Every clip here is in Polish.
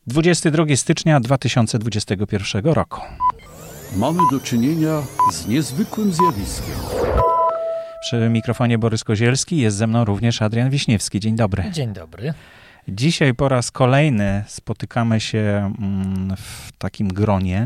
22 stycznia 2021 roku. Mamy do czynienia z niezwykłym zjawiskiem. Przy mikrofonie Borys Kozielski, jest ze mną również Adrian Wiśniewski. Dzień dobry. Dzień dobry. Dzisiaj po raz kolejny spotykamy się w takim gronie,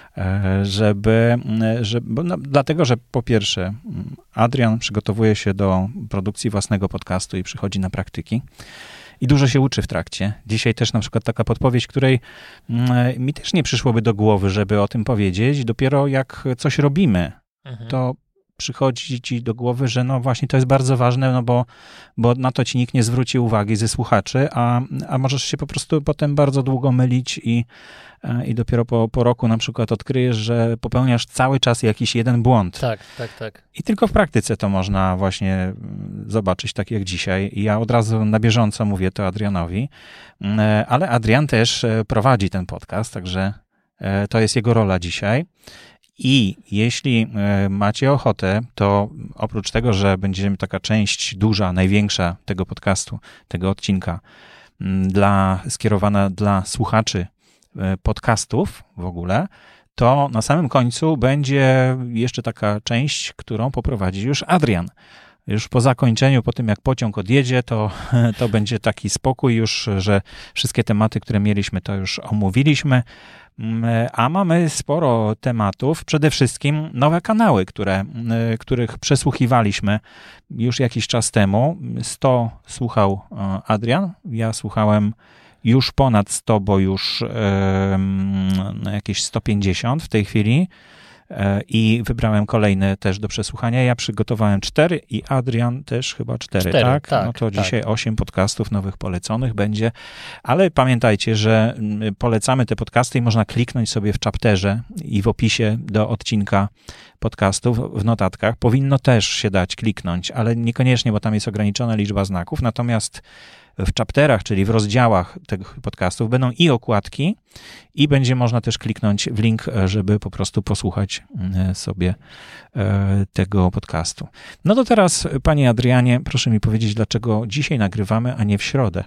dlatego, że po pierwsze Adrian przygotowuje się do produkcji własnego podcastu i przychodzi na praktyki. I dużo się uczy w trakcie. Dzisiaj też na przykład taka podpowiedź, której mi też nie przyszłoby do głowy, żeby o tym powiedzieć. Dopiero jak coś robimy, to przychodzi ci do głowy, że no właśnie to jest bardzo ważne, no bo na to ci nikt nie zwróci uwagi ze słuchaczy, a możesz się po prostu potem bardzo długo mylić i dopiero po roku na przykład odkryjesz, że popełniasz cały czas jakiś jeden błąd. Tak. I tylko w praktyce to można właśnie zobaczyć, tak jak dzisiaj. I ja od razu na bieżąco mówię to Adrianowi, ale Adrian też prowadzi ten podcast, także to jest jego rola dzisiaj. I jeśli macie ochotę, to oprócz tego, że będzie taka część duża, największa tego podcastu, tego odcinka, skierowana dla słuchaczy podcastów w ogóle, to na samym końcu będzie jeszcze taka część, którą poprowadzi już Adrian. Już po zakończeniu, po tym jak pociąg odjedzie, to będzie taki spokój już, że wszystkie tematy, które mieliśmy, to już omówiliśmy. A mamy sporo tematów, przede wszystkim nowe kanały, których przesłuchiwaliśmy już jakiś czas temu. 100 słuchał Adrian, ja słuchałem już ponad 100, bo już jakieś 150 w tej chwili i wybrałem kolejne też do przesłuchania. Ja przygotowałem 4 i Adrian też chyba 4, tak? No to dzisiaj 8 podcastów nowych poleconych będzie, ale pamiętajcie, że polecamy te podcasty i można kliknąć sobie w chapterze i w opisie do odcinka podcastów w notatkach. Powinno też się dać kliknąć, ale niekoniecznie, bo tam jest ograniczona liczba znaków, natomiast w chapterach, czyli w rozdziałach tych podcastów będą i okładki i będzie można też kliknąć w link, żeby po prostu posłuchać sobie tego podcastu. No to teraz, panie Adrianie, proszę mi powiedzieć, dlaczego dzisiaj nagrywamy, a nie w środę.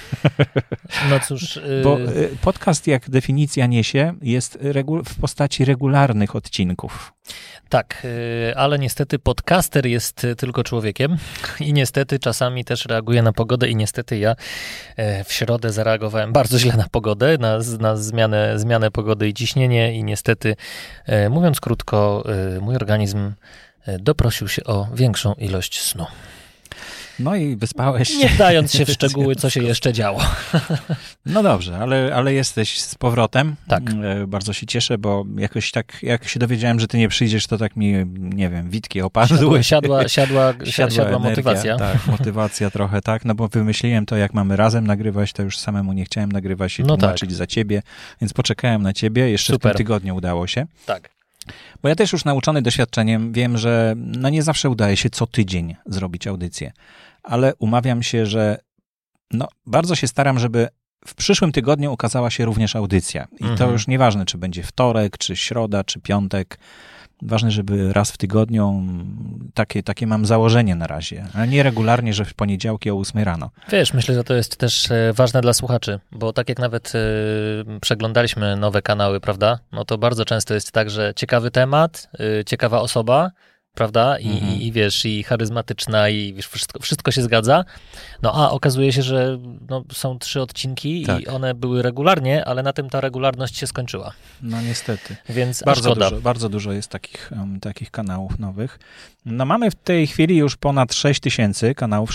No cóż... Bo podcast, jak definicja niesie, jest w postaci regularnych odcinków. Tak, ale niestety podcaster jest tylko człowiekiem i niestety czasami też reaguje na pogodę i niestety ja w środę zareagowałem bardzo źle na pogodę, na zmianę pogody i ciśnienie i niestety, mówiąc krótko, mój organizm doprosił się o większą ilość snu. No i wyspałeś się. Nie wdając się w szczegóły, co się jeszcze działo. No dobrze, ale jesteś z powrotem. Tak. Bardzo się cieszę, bo jakoś tak, jak się dowiedziałem, że ty nie przyjdziesz, to tak mi, nie wiem, witki opadły. Siadła motywacja. Tak, motywacja trochę, tak, no bo wymyśliłem to, jak mamy razem nagrywać, to już samemu nie chciałem nagrywać i tłumaczyć za ciebie, więc poczekałem na ciebie, jeszcze Super. W tym tygodniu udało się. Tak. Bo ja też już nauczony doświadczeniem wiem, że no nie zawsze udaje się co tydzień zrobić audycję, ale umawiam się, że no bardzo się staram, żeby w przyszłym tygodniu ukazała się również audycja. I to już nieważne, czy będzie wtorek, czy środa, czy piątek. Ważne, żeby raz w tygodniu, takie mam założenie na razie, ale nie regularnie, że w poniedziałki o 8 rano. Wiesz, myślę, że to jest też ważne dla słuchaczy, bo tak jak nawet przeglądaliśmy nowe kanały, prawda, no to bardzo często jest tak, że ciekawy temat, ciekawa osoba, prawda, i wiesz, i charyzmatyczna, i wiesz, wszystko się zgadza, no a okazuje się, że no, są 3 odcinki i one były regularnie, ale na tym ta regularność się skończyła. No niestety. Więc bardzo dużo jest takich kanałów nowych. No mamy w tej chwili już ponad 6000 kanałów,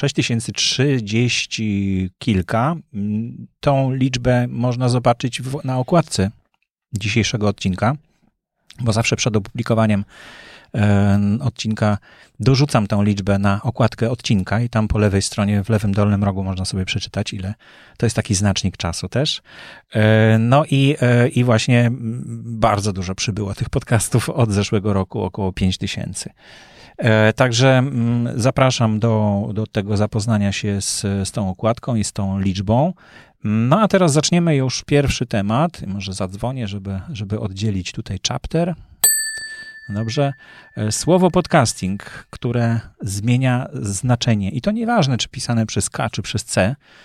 6030 kilka. Tą liczbę można zobaczyć na okładce dzisiejszego odcinka, bo zawsze przed opublikowaniem odcinka dorzucam tą liczbę na okładkę odcinka i tam po lewej stronie, w lewym dolnym rogu można sobie przeczytać, ile to jest taki znacznik czasu też. No i właśnie bardzo dużo przybyło tych podcastów od zeszłego roku, około 5000. Także zapraszam do tego zapoznania się z tą okładką i z tą liczbą. No a teraz zaczniemy już pierwszy temat. Może zadzwonię, żeby oddzielić tutaj chapter. Dobrze. Słowo podcasting, które zmienia znaczenie. I to nieważne, czy pisane przez K, czy przez C.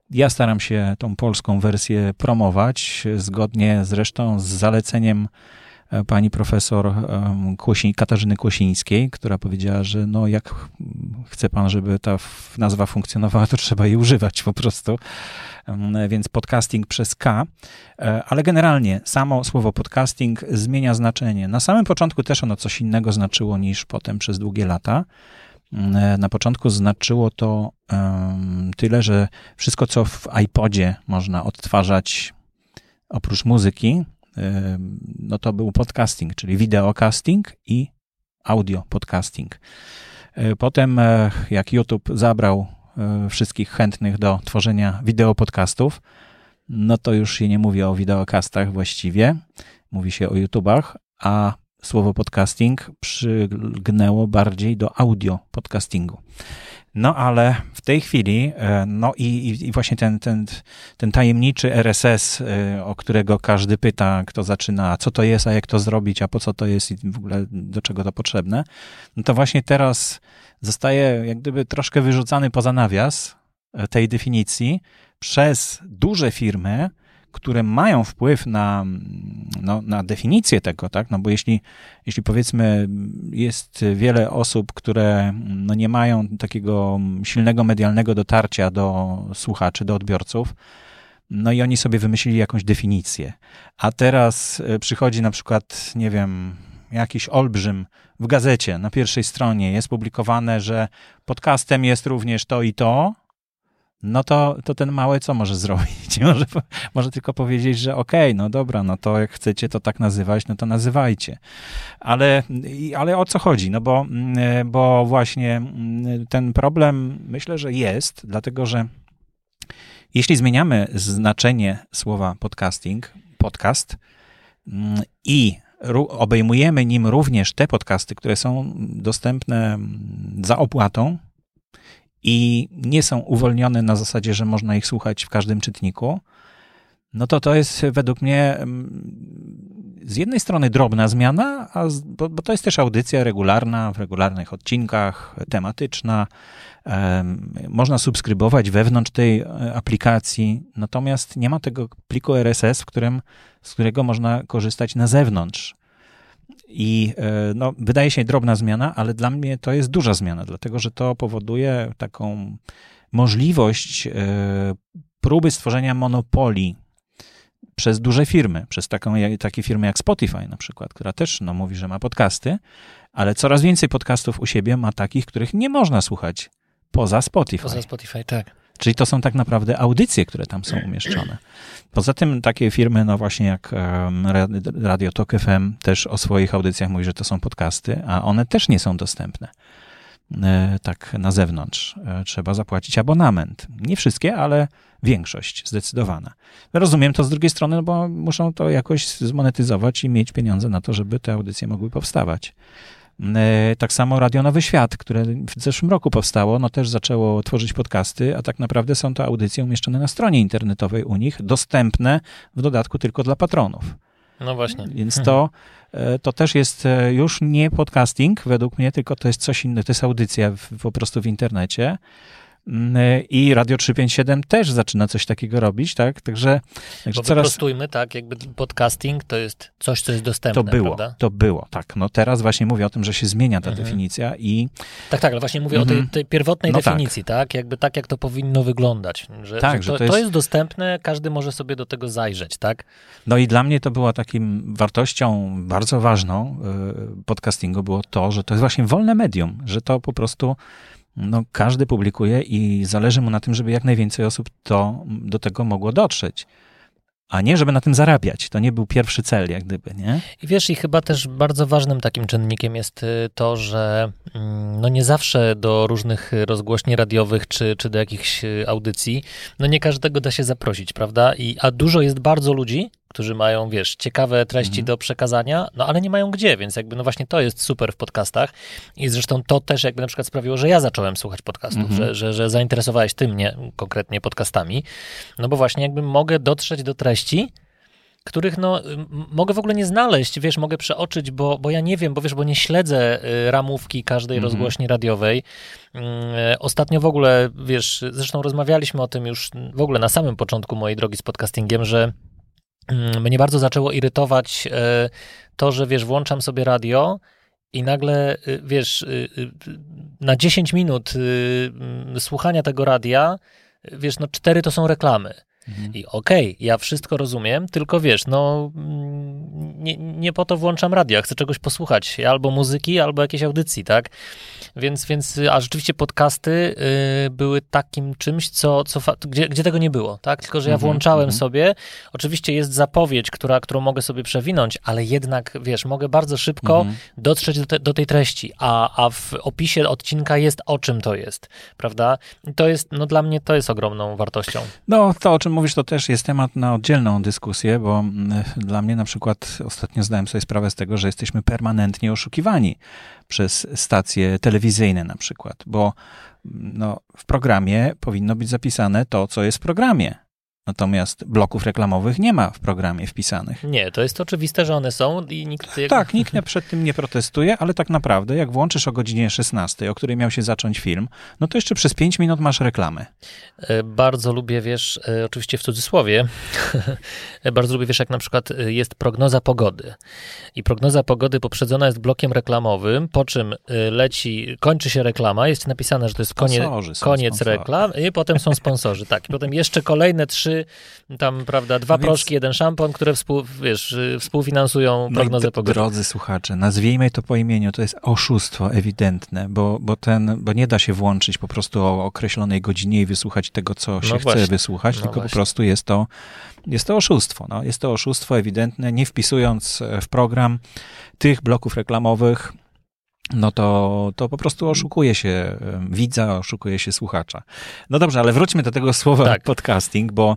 Ja staram się tą polską wersję promować, zgodnie zresztą z zaleceniem pani profesor Katarzyny Kłosińskiej, która powiedziała, że no jak chce pan, żeby ta nazwa funkcjonowała, to trzeba jej używać po prostu. Więc podcasting przez K. Ale generalnie samo słowo podcasting zmienia znaczenie. Na samym początku też ono coś innego znaczyło niż potem przez długie lata. Na początku znaczyło to tyle, że wszystko, co w iPodzie można odtwarzać oprócz muzyki, no to był podcasting, czyli wideocasting i audio podcasting. Potem, jak YouTube zabrał wszystkich chętnych do tworzenia wideopodcastów, no to już się nie mówi o wideokastach właściwie, mówi się o YouTubach, a słowo podcasting przygnęło bardziej do audio podcastingu. No ale w tej chwili, no i właśnie ten tajemniczy RSS, o którego każdy pyta, kto zaczyna, a co to jest, a jak to zrobić, a po co to jest i w ogóle do czego to potrzebne, no to właśnie teraz zostaje jak gdyby troszkę wyrzucany poza nawias tej definicji przez duże firmy, które mają wpływ na definicję tego, tak? No bo jeśli powiedzmy jest wiele osób, które no nie mają takiego silnego medialnego dotarcia do słuchaczy, do odbiorców, no i oni sobie wymyślili jakąś definicję. A teraz przychodzi na przykład, nie wiem, jakiś olbrzym w gazecie, na pierwszej stronie jest publikowane, że podcastem jest również to i to, no to ten mały co może zrobić? Może tylko powiedzieć, że okej, no dobra, no to jak chcecie to tak nazywać, no to nazywajcie. Ale o co chodzi? No bo właśnie ten problem myślę, że jest, dlatego że jeśli zmieniamy znaczenie słowa podcast i obejmujemy nim również te podcasty, które są dostępne za opłatą, i nie są uwolnione na zasadzie, że można ich słuchać w każdym czytniku, no to jest według mnie z jednej strony drobna zmiana, bo to jest też audycja regularna, w regularnych odcinkach, tematyczna. Można subskrybować wewnątrz tej aplikacji, natomiast nie ma tego pliku RSS, z którego można korzystać na zewnątrz. I no, wydaje się drobna zmiana, ale dla mnie to jest duża zmiana, dlatego że to powoduje taką możliwość próby stworzenia monopolii przez duże firmy, przez takie firmy jak Spotify na przykład, która też no, mówi, że ma podcasty, ale coraz więcej podcastów u siebie ma takich, których nie można słuchać poza Spotify. Poza Spotify, tak. Czyli to są tak naprawdę audycje, które tam są umieszczone. Poza tym takie firmy, no właśnie jak Radio Tok FM też o swoich audycjach mówi, że to są podcasty, a one też nie są dostępne tak na zewnątrz. Trzeba zapłacić abonament. Nie wszystkie, ale większość zdecydowana. Rozumiem to z drugiej strony, no bo muszą to jakoś zmonetyzować i mieć pieniądze na to, żeby te audycje mogły powstawać. Tak samo Radio Nowy Świat, które w zeszłym roku powstało, no też zaczęło tworzyć podcasty, a tak naprawdę są to audycje umieszczone na stronie internetowej u nich, dostępne w dodatku tylko dla patronów. No właśnie. Więc to też jest już nie podcasting według mnie, tylko to jest coś innego, to jest audycja po prostu w internecie. I Radio 357 też zaczyna coś takiego robić, tak? Także wyprostujmy, tak, jakby podcasting to jest coś, co jest dostępne, prawda? To było, tak. No teraz właśnie mówię o tym, że się zmienia ta definicja i... Tak, ale właśnie mówię o tej pierwotnej definicji, tak? Jakby tak, jak to powinno wyglądać. Że to jest dostępne, każdy może sobie do tego zajrzeć, tak? No i dla mnie to była takim wartością bardzo ważną podcastingu było to, że to jest właśnie wolne medium, że to po prostu no, każdy publikuje i zależy mu na tym, żeby jak najwięcej osób do tego mogło dotrzeć. A nie, żeby na tym zarabiać. To nie był pierwszy cel, jak gdyby, nie? I wiesz, i chyba też bardzo ważnym takim czynnikiem jest to, że no nie zawsze do różnych rozgłośni radiowych czy do jakichś audycji, no nie każdego da się zaprosić, prawda? A dużo jest bardzo ludzi, którzy mają, wiesz, ciekawe treści do przekazania, no ale nie mają gdzie, więc jakby no właśnie to jest super w podcastach i zresztą to też jakby na przykład sprawiło, że ja zacząłem słuchać podcastów, że zainteresowałeś ty mnie konkretnie podcastami, no bo właśnie jakby mogę dotrzeć do treści, których no mogę w ogóle nie znaleźć, wiesz, mogę przeoczyć, bo ja nie wiem, bo nie śledzę ramówki każdej rozgłośni radiowej. Ostatnio w ogóle, wiesz, zresztą rozmawialiśmy o tym już w ogóle na samym początku mojej drogi z podcastingiem, że mnie bardzo zaczęło irytować to, że wiesz, włączam sobie radio i nagle, wiesz, na 10 minut słuchania tego radia, wiesz, no 4 to są reklamy. I okej, ja wszystko rozumiem, tylko wiesz, no nie po to włączam radio, chcę czegoś posłuchać, albo muzyki, albo jakiejś audycji, tak? A rzeczywiście podcasty były takim czymś, gdzie tego nie było, tak? Tylko, że ja włączałem sobie, oczywiście jest zapowiedź, którą mogę sobie przewinąć, ale jednak, wiesz, mogę bardzo szybko dotrzeć do tej treści, a w opisie odcinka jest, o czym to jest, prawda? I to jest, no dla mnie to jest ogromną wartością. No, to o czym mówisz, to też jest temat na oddzielną dyskusję, bo dla mnie na przykład ostatnio zdałem sobie sprawę z tego, że jesteśmy permanentnie oszukiwani przez stacje telewizyjne na przykład, bo no, w programie powinno być zapisane to, co jest w programie. Natomiast bloków reklamowych nie ma w programie wpisanych. Nie, to jest oczywiste, że one są i nikt... Tak, nikt przed tym nie protestuje, ale tak naprawdę jak włączysz o godzinie 16, o której miał się zacząć film, no to jeszcze przez 5 minut masz reklamę. Bardzo lubię, wiesz, oczywiście w cudzysłowie, bardzo lubię, wiesz, jak na przykład jest prognoza pogody. I prognoza pogody poprzedzona jest blokiem reklamowym, po czym kończy się reklama, jest napisane, że to jest koniec reklam i potem są sponsorzy, tak. I potem jeszcze kolejne 3, tam, prawda, 2 proszki, 1 szampon, które współfinansują prognozę pogody. Drodzy słuchacze, nazwijmy to po imieniu, to jest oszustwo ewidentne, bo nie da się włączyć po prostu o określonej godzinie i wysłuchać tego, co się chce wysłuchać, tylko po prostu jest to oszustwo. No, jest to oszustwo ewidentne, nie wpisując w program tych bloków reklamowych, no to po prostu oszukuje się widza, oszukuje się słuchacza. No dobrze, ale wróćmy do tego słowa podcasting, bo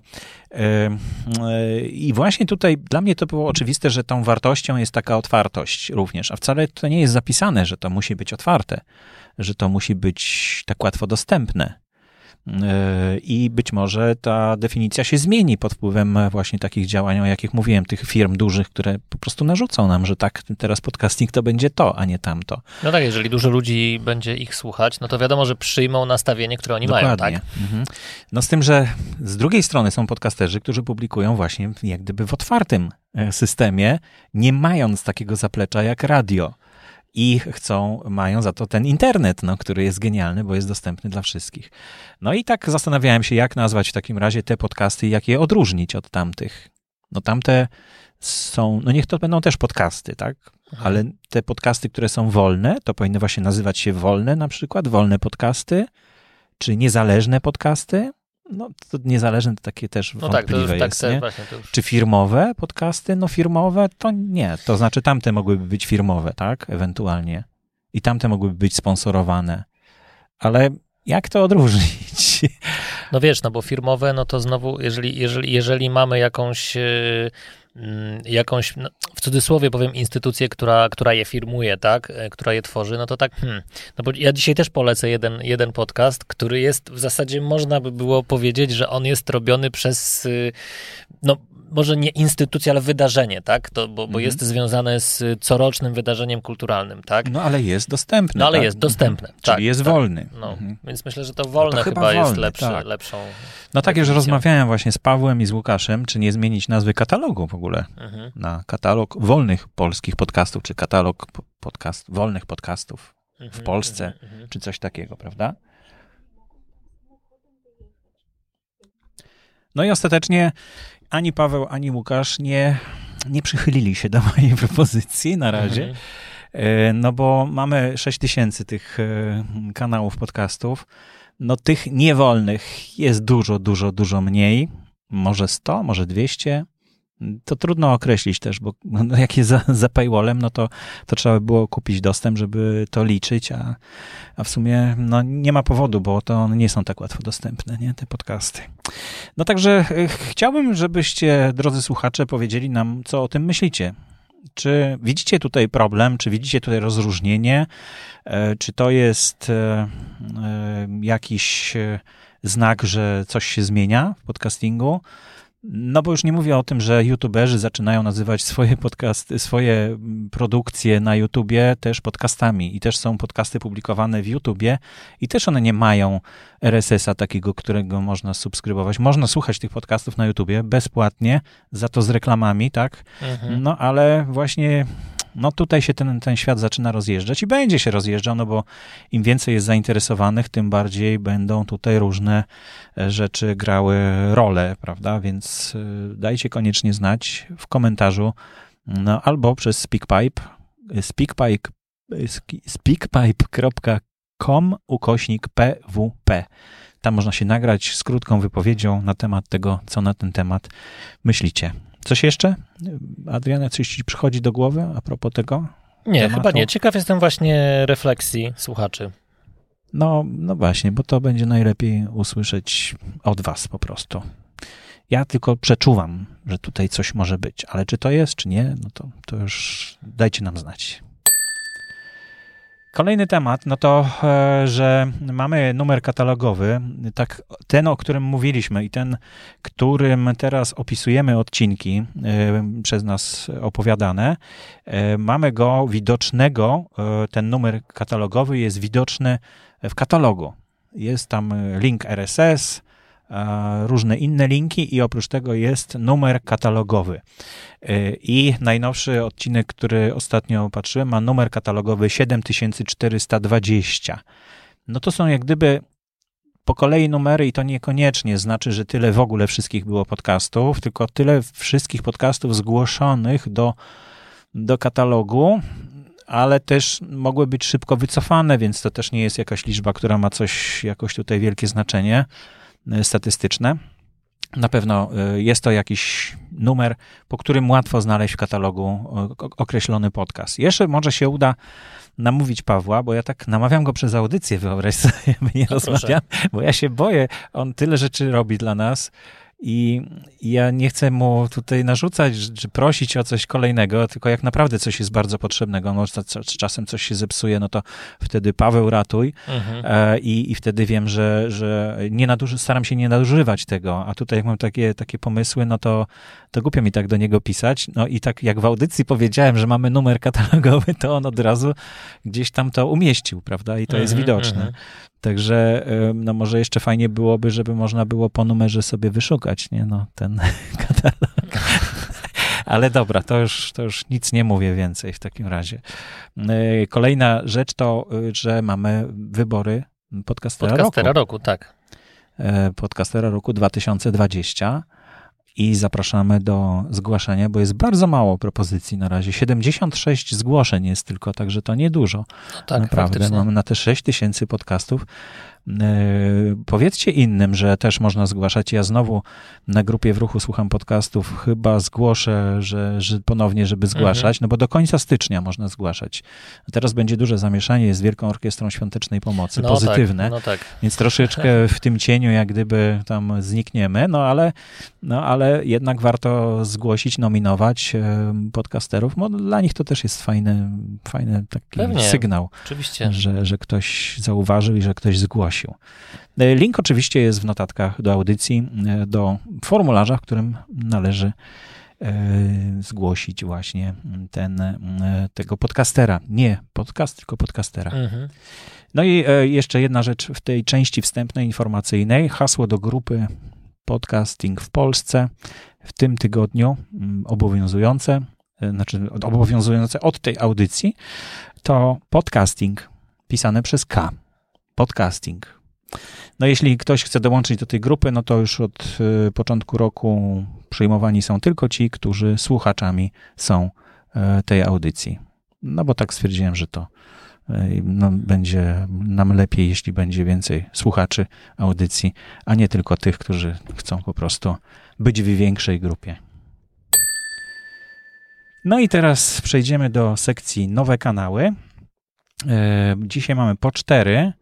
i właśnie tutaj dla mnie to było oczywiste, że tą wartością jest taka otwartość również, a wcale to nie jest zapisane, że to musi być otwarte, że to musi być tak łatwo dostępne. I być może ta definicja się zmieni pod wpływem właśnie takich działań, o jakich mówiłem, tych firm dużych, które po prostu narzucą nam, że tak, teraz podcasting to będzie to, a nie tamto. No tak, jeżeli dużo ludzi będzie ich słuchać, no to wiadomo, że przyjmą nastawienie, które oni mają, tak? No z tym, że z drugiej strony są podcasterzy, którzy publikują właśnie jak gdyby w otwartym systemie, nie mając takiego zaplecza jak radio. I mają za to ten internet, no, który jest genialny, bo jest dostępny dla wszystkich. No i tak zastanawiałem się, jak nazwać w takim razie te podcasty i jak je odróżnić od tamtych. No tamte są, no niech to będą też podcasty, tak? Ale te podcasty, które są wolne, to powinny właśnie nazywać się wolne na przykład, wolne podcasty, czy niezależne podcasty. No to niezależne to takie też wątpliwe jest, nie? Właśnie, to już... Czy firmowe podcasty? No firmowe to nie. To znaczy tamte mogłyby być firmowe, tak? Ewentualnie. I tamte mogłyby być sponsorowane. Ale jak to odróżnić? No wiesz, no bo firmowe, no to znowu, jeżeli mamy jakąś no, w cudzysłowie powiem, instytucję, która je firmuje, tak, która je tworzy, no to tak, no bo ja dzisiaj też polecę jeden podcast, który jest w zasadzie, można by było powiedzieć, że on jest robiony przez, no może nie instytucję, ale wydarzenie, tak, bo jest związane z corocznym wydarzeniem kulturalnym, tak. No ale jest dostępny. No ale jest dostępne. Tak, czyli jest wolny. No, więc myślę, że to wolne to chyba jest lepszą. No tak, już rozmawiałem właśnie z Pawłem i z Łukaszem, czy nie zmienić nazwy katalogu w ogóle na katalog wolnych polskich podcastów, czy katalog wolnych podcastów w Polsce, czy coś takiego, prawda? No i ostatecznie ani Paweł, ani Łukasz nie przychylili się do mojej propozycji na razie, no bo mamy 6000 tych kanałów podcastów. No tych niewolnych jest dużo mniej. Może 100, może 200. To trudno określić też, bo no jak jest za paywallem, no to trzeba by było kupić dostęp, żeby to liczyć, a w sumie no nie ma powodu, bo to one nie są tak łatwo dostępne, nie, te podcasty. No także chciałbym, żebyście, drodzy słuchacze, powiedzieli nam, co o tym myślicie. Czy widzicie tutaj problem, czy widzicie tutaj rozróżnienie, czy to jest jakiś znak, że coś się zmienia w podcastingu, No bo już nie mówię o tym, że youtuberzy zaczynają nazywać swoje podcasty, swoje produkcje na YouTubie też podcastami i też są podcasty publikowane w YouTubie i też one nie mają RSS-a takiego, którego można subskrybować. Można słuchać tych podcastów na YouTubie bezpłatnie, za to z reklamami, tak? No ale właśnie no tutaj się ten świat zaczyna rozjeżdżać i będzie się rozjeżdżał, no bo im więcej jest zainteresowanych, tym bardziej będą tutaj różne rzeczy grały rolę, prawda? Więc dajcie koniecznie znać w komentarzu, no albo przez speakpipe.com/PWP. Tam można się nagrać z krótką wypowiedzią na temat tego, co na ten temat myślicie. Coś jeszcze? Adriana, coś ci przychodzi do głowy a propos tego? Nie, tematu? chyba nie. Ciekaw jestem właśnie refleksji słuchaczy. No właśnie, bo to będzie najlepiej usłyszeć od was po prostu. Ja tylko przeczuwam, że tutaj coś może być, ale czy to jest, czy nie, no to już dajcie nam znać. Kolejny temat, no to, że mamy numer katalogowy, tak ten, o którym mówiliśmy i ten, którym teraz opisujemy odcinki przez nas opowiadane, mamy go widocznego, ten numer katalogowy jest widoczny w katalogu. Jest tam link RSS, różne inne linki i oprócz tego jest numer katalogowy. I najnowszy odcinek, który ostatnio patrzyłem, ma numer katalogowy 7420. No to są jak gdyby po kolei numery i to niekoniecznie znaczy, że tyle w ogóle wszystkich było podcastów, tylko tyle wszystkich podcastów zgłoszonych do katalogu, ale też mogły być szybko wycofane, więc to też nie jest jakaś liczba, która ma jakoś tutaj wielkie znaczenie statystyczne. Na pewno jest to jakiś numer, po którym łatwo znaleźć w katalogu określony podcast. Jeszcze może się uda namówić Pawła, bo ja tak namawiam go przez audycję, wyobraź sobie, nie rozmawiam, bo ja się boję, on tyle rzeczy robi dla nas i ja nie chcę mu tutaj narzucać, czy prosić o coś kolejnego, tylko jak naprawdę coś jest bardzo potrzebnego, no czasem coś się zepsuje, no to wtedy Paweł ratuj i wtedy wiem, że staram się nie nadużywać tego, a tutaj jak mam takie pomysły, no to głupio mi tak do niego pisać, no i tak jak w audycji powiedziałem, że mamy numer katalogowy, to on od razu gdzieś tam to umieścił, prawda, i to jest widoczne. Także no może jeszcze fajnie byłoby, żeby można było po numerze sobie wyszukać, nie, no ten katalog. Ale dobra, to już nic nie mówię więcej w takim razie. Kolejna rzecz to, że mamy wybory Podcastera roku, tak. Podcastera roku 2020 i zapraszamy do zgłaszania, bo jest bardzo mało propozycji na razie. 76 zgłoszeń jest tylko, także to niedużo. No tak, naprawdę. Faktycznie. Mamy na te 6000 podcastów. Powiedzcie innym, że też można zgłaszać. Ja znowu na grupie W Ruchu Słucham Podcastów chyba zgłoszę, że ponownie, żeby zgłaszać, no bo do końca stycznia można zgłaszać. A teraz będzie duże zamieszanie z Wielką Orkiestrą Świątecznej Pomocy, pozytywne, tak. Więc troszeczkę w tym cieniu jak gdyby tam znikniemy, no ale jednak warto zgłosić, nominować podcasterów, bo dla nich to też jest fajny taki Pewnie, sygnał, oczywiście. Że ktoś zauważył i że ktoś zgłosił. Link oczywiście jest w notatkach do audycji, do formularza, w którym należy zgłosić właśnie tego podcastera. Nie podcast, tylko podcastera. No i jeszcze jedna rzecz w tej części wstępnej, informacyjnej. Hasło do grupy Podcasting w Polsce w tym tygodniu obowiązujące od tej audycji to podcasting, pisane przez K. Podcasting. No jeśli ktoś chce dołączyć do tej grupy, no to już od początku roku przyjmowani są tylko ci, którzy słuchaczami są tej audycji. No bo tak stwierdziłem, że to będzie nam lepiej, jeśli będzie więcej słuchaczy audycji, a nie tylko tych, którzy chcą po prostu być w większej grupie. No i teraz przejdziemy do sekcji nowe kanały. Dzisiaj mamy po 4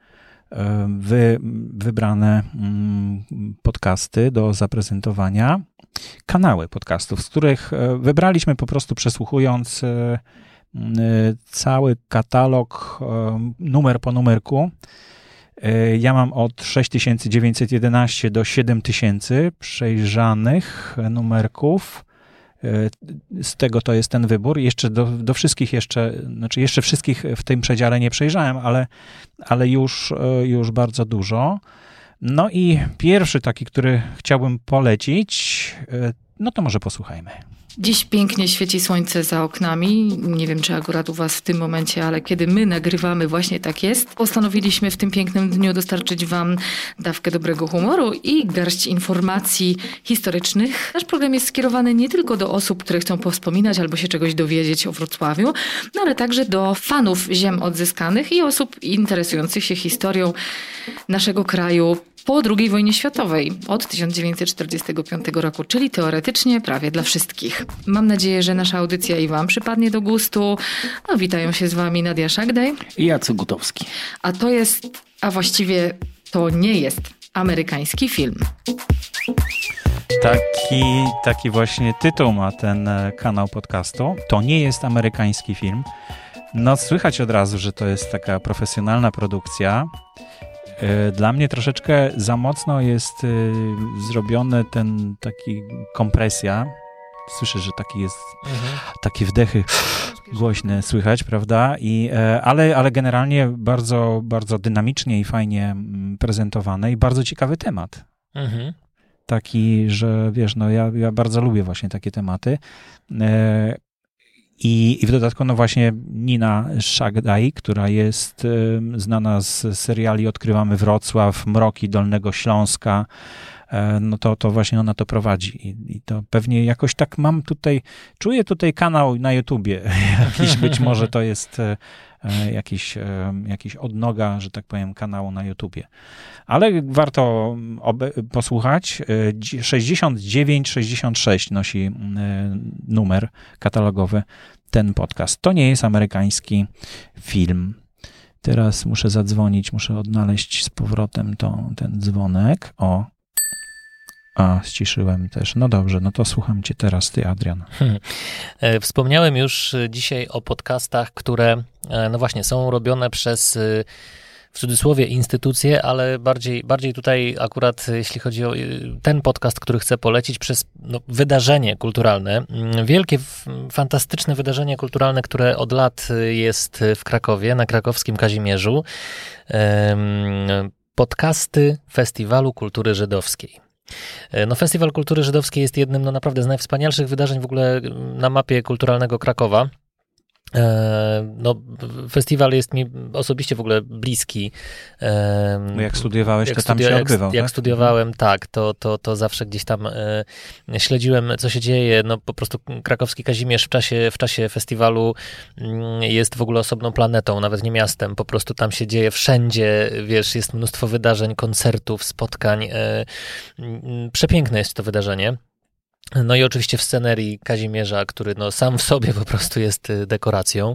wybrane podcasty do zaprezentowania, kanały podcastów, z których wybraliśmy po prostu przesłuchując cały katalog numer po numerku Ja mam od 6911 do 7000 przejrzanych numerków. Z tego to jest ten wybór. Jeszcze do wszystkich jeszcze wszystkich w tym przedziale nie przejrzałem, ale już bardzo dużo. No i pierwszy taki, który chciałbym polecić, no to może posłuchajmy. Dziś pięknie świeci słońce za oknami. Nie wiem, czy akurat u was w tym momencie, ale kiedy my nagrywamy, właśnie tak jest. Postanowiliśmy w tym pięknym dniu dostarczyć wam dawkę dobrego humoru i garść informacji historycznych. Nasz program jest skierowany nie tylko do osób, które chcą powspominać albo się czegoś dowiedzieć o Wrocławiu, no ale także do fanów ziem odzyskanych i osób interesujących się historią naszego kraju po II wojnie światowej od 1945 roku, czyli teoretycznie prawie dla wszystkich. Mam nadzieję, że nasza audycja i wam przypadnie do gustu. No, witają się z wami Nadia Szagdaj i Jacek Gutowski. Właściwie to nie jest amerykański film. Taki właśnie tytuł ma ten kanał podcastu. To nie jest amerykański film. No słychać od razu, że to jest taka profesjonalna produkcja. Dla mnie troszeczkę za mocno jest zrobiony ten taki kompresja. Słyszę, że taki jest, takie wdechy głośne słychać, prawda? Ale generalnie bardzo, bardzo dynamicznie i fajnie prezentowane i bardzo ciekawy temat. Taki, że wiesz, no ja bardzo lubię właśnie takie tematy. I w dodatku, no właśnie Nina Szagdaj, która jest znana z seriali Odkrywamy Wrocław, Mroki Dolnego Śląska, no to właśnie ona to prowadzi. I to pewnie jakoś tak czuję tutaj kanał na YouTubie. Być może to jest jakiś odnoga, że tak powiem, kanału na YouTubie. Ale warto posłuchać. 6966 nosi numer katalogowy ten podcast. To nie jest amerykański film. Teraz muszę zadzwonić, muszę odnaleźć z powrotem ten dzwonek. Ściszyłem też. No dobrze, no to słucham cię teraz, ty, Adrian. Wspomniałem już dzisiaj o podcastach, które no właśnie są robione przez w cudzysłowie instytucje, ale bardziej tutaj akurat jeśli chodzi o ten podcast, który chcę polecić, przez wydarzenie kulturalne. Wielkie, fantastyczne wydarzenie kulturalne, które od lat jest w Krakowie, na krakowskim Kazimierzu. Podcasty Festiwalu Kultury Żydowskiej. No, Festiwal Kultury Żydowskiej jest jednym naprawdę z najwspanialszych wydarzeń w ogóle na mapie kulturalnego Krakowa. No, festiwal jest mi osobiście w ogóle bliski. Jak studiowałeś, to tam się odbywał. Jak studiowałem, tak, to zawsze gdzieś tam śledziłem, co się dzieje. No, po prostu krakowski Kazimierz w czasie festiwalu jest w ogóle osobną planetą, nawet nie miastem. Po prostu tam się dzieje wszędzie, wiesz, jest mnóstwo wydarzeń, koncertów, spotkań. Przepiękne jest to wydarzenie. No i oczywiście w scenerii Kazimierza, który no sam w sobie po prostu jest dekoracją.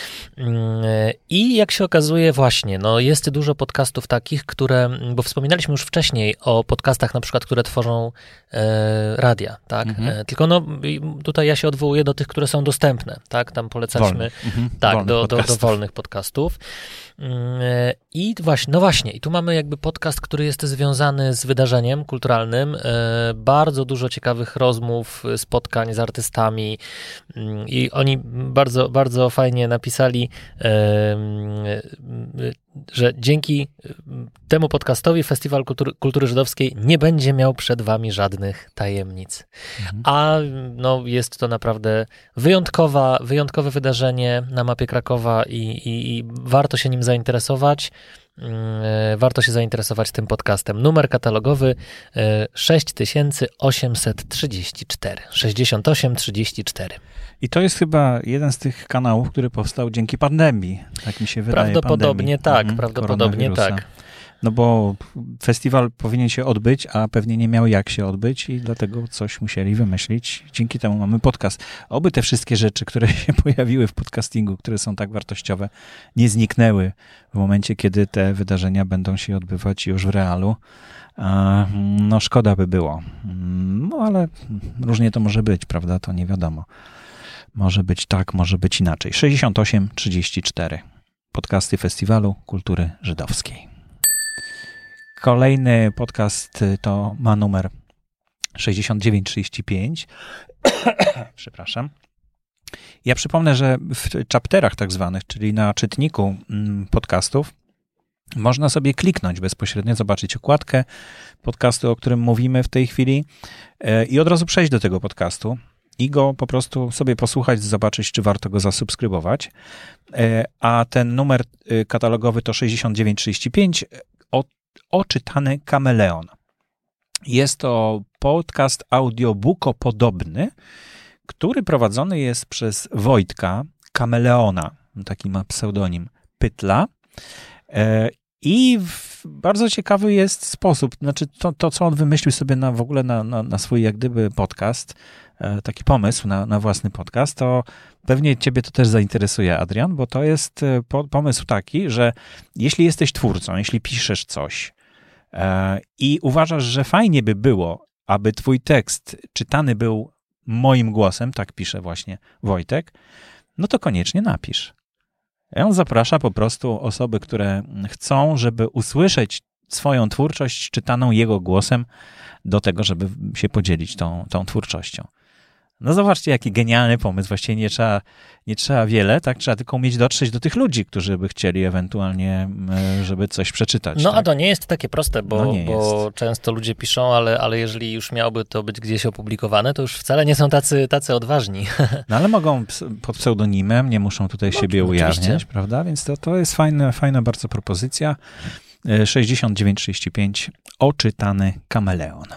I jak się okazuje właśnie, no jest dużo podcastów takich, bo wspominaliśmy już wcześniej o podcastach na przykład, które tworzą radia, tak? Tylko no tutaj ja się odwołuję do tych, które są dostępne, tak? Tam polecaliśmy do wolnych podcastów. I właśnie, i tu mamy jakby podcast, który jest związany z wydarzeniem kulturalnym, bardzo dużo ciekawych rozmów, spotkań z artystami i oni bardzo, bardzo fajnie napisali, że dzięki temu podcastowi Festiwal Kultury Żydowskiej nie będzie miał przed wami żadnych tajemnic. A no, jest to naprawdę wyjątkowe wydarzenie na mapie Krakowa i warto się nim zainteresować. Warto się zainteresować tym podcastem. Numer katalogowy 6834. 6834. I to jest chyba jeden z tych kanałów, który powstał dzięki pandemii, tak mi się wydaje. Prawdopodobnie tak. No bo festiwal powinien się odbyć, a pewnie nie miał jak się odbyć i dlatego coś musieli wymyślić. Dzięki temu mamy podcast. Oby te wszystkie rzeczy, które się pojawiły w podcastingu, które są tak wartościowe, nie zniknęły w momencie, kiedy te wydarzenia będą się odbywać już w realu. No szkoda by było. No ale różnie to może być, prawda? To nie wiadomo. Może być tak, może być inaczej. 6834. Podcasty Festiwalu Kultury Żydowskiej. Kolejny podcast to ma numer 6935. Przepraszam. Ja przypomnę, że w chapterach tak zwanych, czyli na czytniku podcastów, można sobie kliknąć bezpośrednio, zobaczyć okładkę podcastu, o którym mówimy w tej chwili i od razu przejść do tego podcastu i go po prostu sobie posłuchać, zobaczyć, czy warto go zasubskrybować. A ten numer katalogowy to 6935, Oczytany Kameleon. Jest to podcast audiobooko-podobny, który prowadzony jest przez Wojtka Kameleona, taki ma pseudonim Pytla. I bardzo ciekawy jest sposób, znaczy to co on wymyślił sobie w ogóle na swój jak gdyby podcast, taki pomysł na własny podcast, to pewnie ciebie to też zainteresuje, Adrian, bo to jest pomysł taki, że jeśli jesteś twórcą, jeśli piszesz coś i uważasz, że fajnie by było, aby twój tekst czytany był moim głosem, tak pisze właśnie Wojtek, no to koniecznie napisz. On zaprasza po prostu osoby, które chcą, żeby usłyszeć swoją twórczość czytaną jego głosem do tego, żeby się podzielić tą twórczością. No zobaczcie, jaki genialny pomysł. Właściwie nie trzeba wiele, tak? Trzeba tylko umieć dotrzeć do tych ludzi, którzy by chcieli ewentualnie, żeby coś przeczytać. No tak? a to nie jest takie proste, bo często ludzie piszą, ale jeżeli już miałoby to być gdzieś opublikowane, to już wcale nie są tacy odważni. No ale mogą pod pseudonimem, nie muszą tutaj siebie ujawniać, oczywiście. Prawda? Więc to jest fajna bardzo propozycja. 6935, Oczytany Kameleon.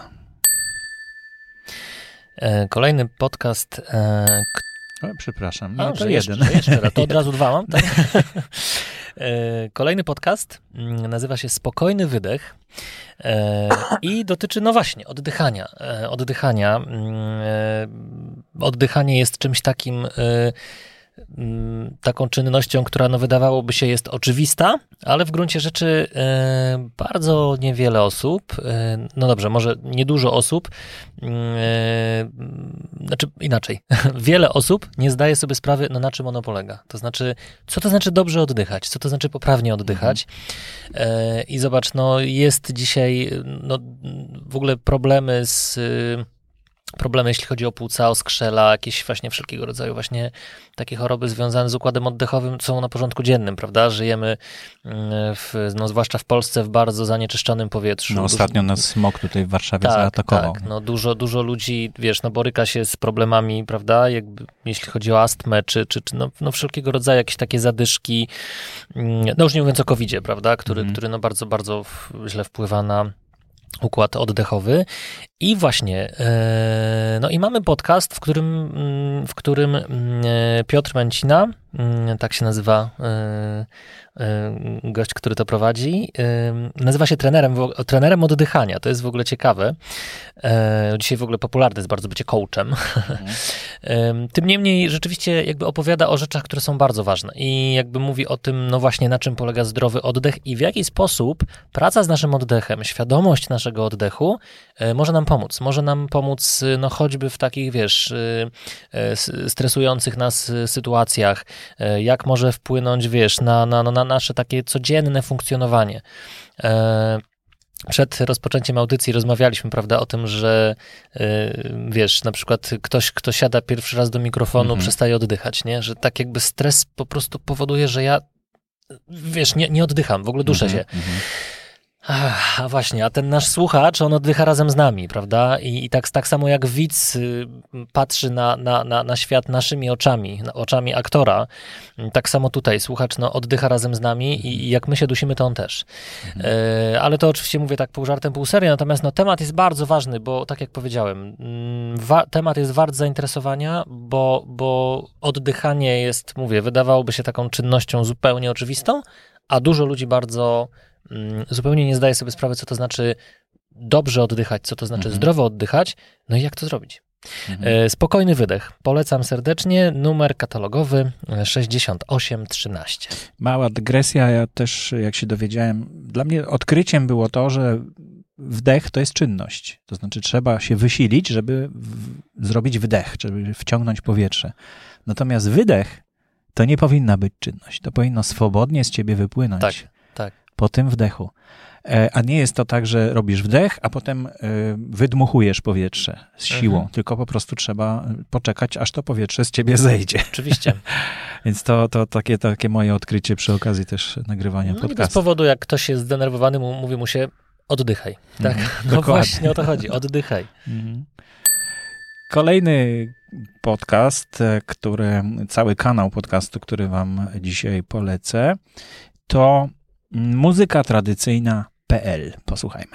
Kolejny podcast. Przepraszam, no to jeden. Jeszcze, to od razu dwa mam. Tak? Kolejny podcast nazywa się Spokojny Wydech i dotyczy, no właśnie, oddychania. Oddychanie jest czymś takim, taką czynnością, która no wydawałoby się jest oczywista, ale w gruncie rzeczy bardzo niewiele osób, no dobrze, może niedużo osób, znaczy inaczej, wiele osób nie zdaje sobie sprawy, no na czym ono polega. To znaczy, co to znaczy dobrze oddychać, co to znaczy poprawnie oddychać. I zobacz, no jest dzisiaj no, w ogóle problemy, jeśli chodzi o płuca, o skrzela, jakieś właśnie wszelkiego rodzaju właśnie takie choroby związane z układem oddechowym są na porządku dziennym, prawda? Żyjemy no zwłaszcza w Polsce w bardzo zanieczyszczonym powietrzu. No ostatnio nas smog tutaj w Warszawie zaatakował. Tak, no dużo ludzi, wiesz, no boryka się z problemami, prawda? Jakby, jeśli chodzi o astmę, czy no wszelkiego rodzaju jakieś takie zadyszki, no już nie mówiąc o COVID-zie, prawda? Który no bardzo, bardzo źle wpływa na układ oddechowy. I właśnie, no i mamy podcast, w którym Piotr Męcina, tak się nazywa gość, który to prowadzi, nazywa się trenerem oddychania. To jest w ogóle ciekawe. Dzisiaj w ogóle popularne jest bardzo bycie coachem. Tym niemniej rzeczywiście jakby opowiada o rzeczach, które są bardzo ważne i jakby mówi o tym, no właśnie na czym polega zdrowy oddech i w jaki sposób praca z naszym oddechem, świadomość naszego oddechu może nam pomóc. Może nam pomóc no choćby w takich, wiesz, stresujących nas sytuacjach, jak może wpłynąć, wiesz, na nasze takie codzienne funkcjonowanie. Przed rozpoczęciem audycji rozmawialiśmy, prawda, o tym, że wiesz, na przykład ktoś, kto siada pierwszy raz do mikrofonu, przestaje oddychać, nie? Że tak jakby stres po prostu powoduje, że ja, wiesz, nie oddycham, w ogóle duszę się. A właśnie, a ten nasz słuchacz, on oddycha razem z nami, prawda? I tak samo jak widz patrzy na świat naszymi oczami aktora, tak samo tutaj słuchacz no, oddycha razem z nami i jak my się dusimy, to on też. Ale to oczywiście mówię tak pół żartem, pół serio, natomiast no, temat jest bardzo ważny, bo tak jak powiedziałem, temat jest wart zainteresowania, bo oddychanie jest, mówię, wydawałoby się taką czynnością zupełnie oczywistą, a dużo ludzi bardzo zupełnie nie zdaje sobie sprawy, co to znaczy dobrze oddychać, co to znaczy zdrowo oddychać, no i jak to zrobić. Spokojny wydech. Polecam serdecznie. Numer katalogowy 6813. Mała dygresja. Ja też, jak się dowiedziałem, dla mnie odkryciem było to, że wdech to jest czynność. To znaczy trzeba się wysilić, żeby zrobić wdech, żeby wciągnąć powietrze. Natomiast wydech to nie powinna być czynność. To powinno swobodnie z ciebie wypłynąć. Tak. po tym wdechu. A nie jest to tak, że robisz wdech, a potem wydmuchujesz powietrze z siłą, tylko po prostu trzeba poczekać, aż to powietrze z ciebie zejdzie. Oczywiście. Więc to takie moje odkrycie przy okazji też nagrywania podcastu. I bez powodu, jak ktoś jest zdenerwowany, mówi mu się oddychaj. Tak? No dokładnie. Właśnie o to chodzi, oddychaj. Kolejny podcast, cały kanał podcastu, który wam dzisiaj polecę, to muzykatradycyjna.pl. Posłuchajmy.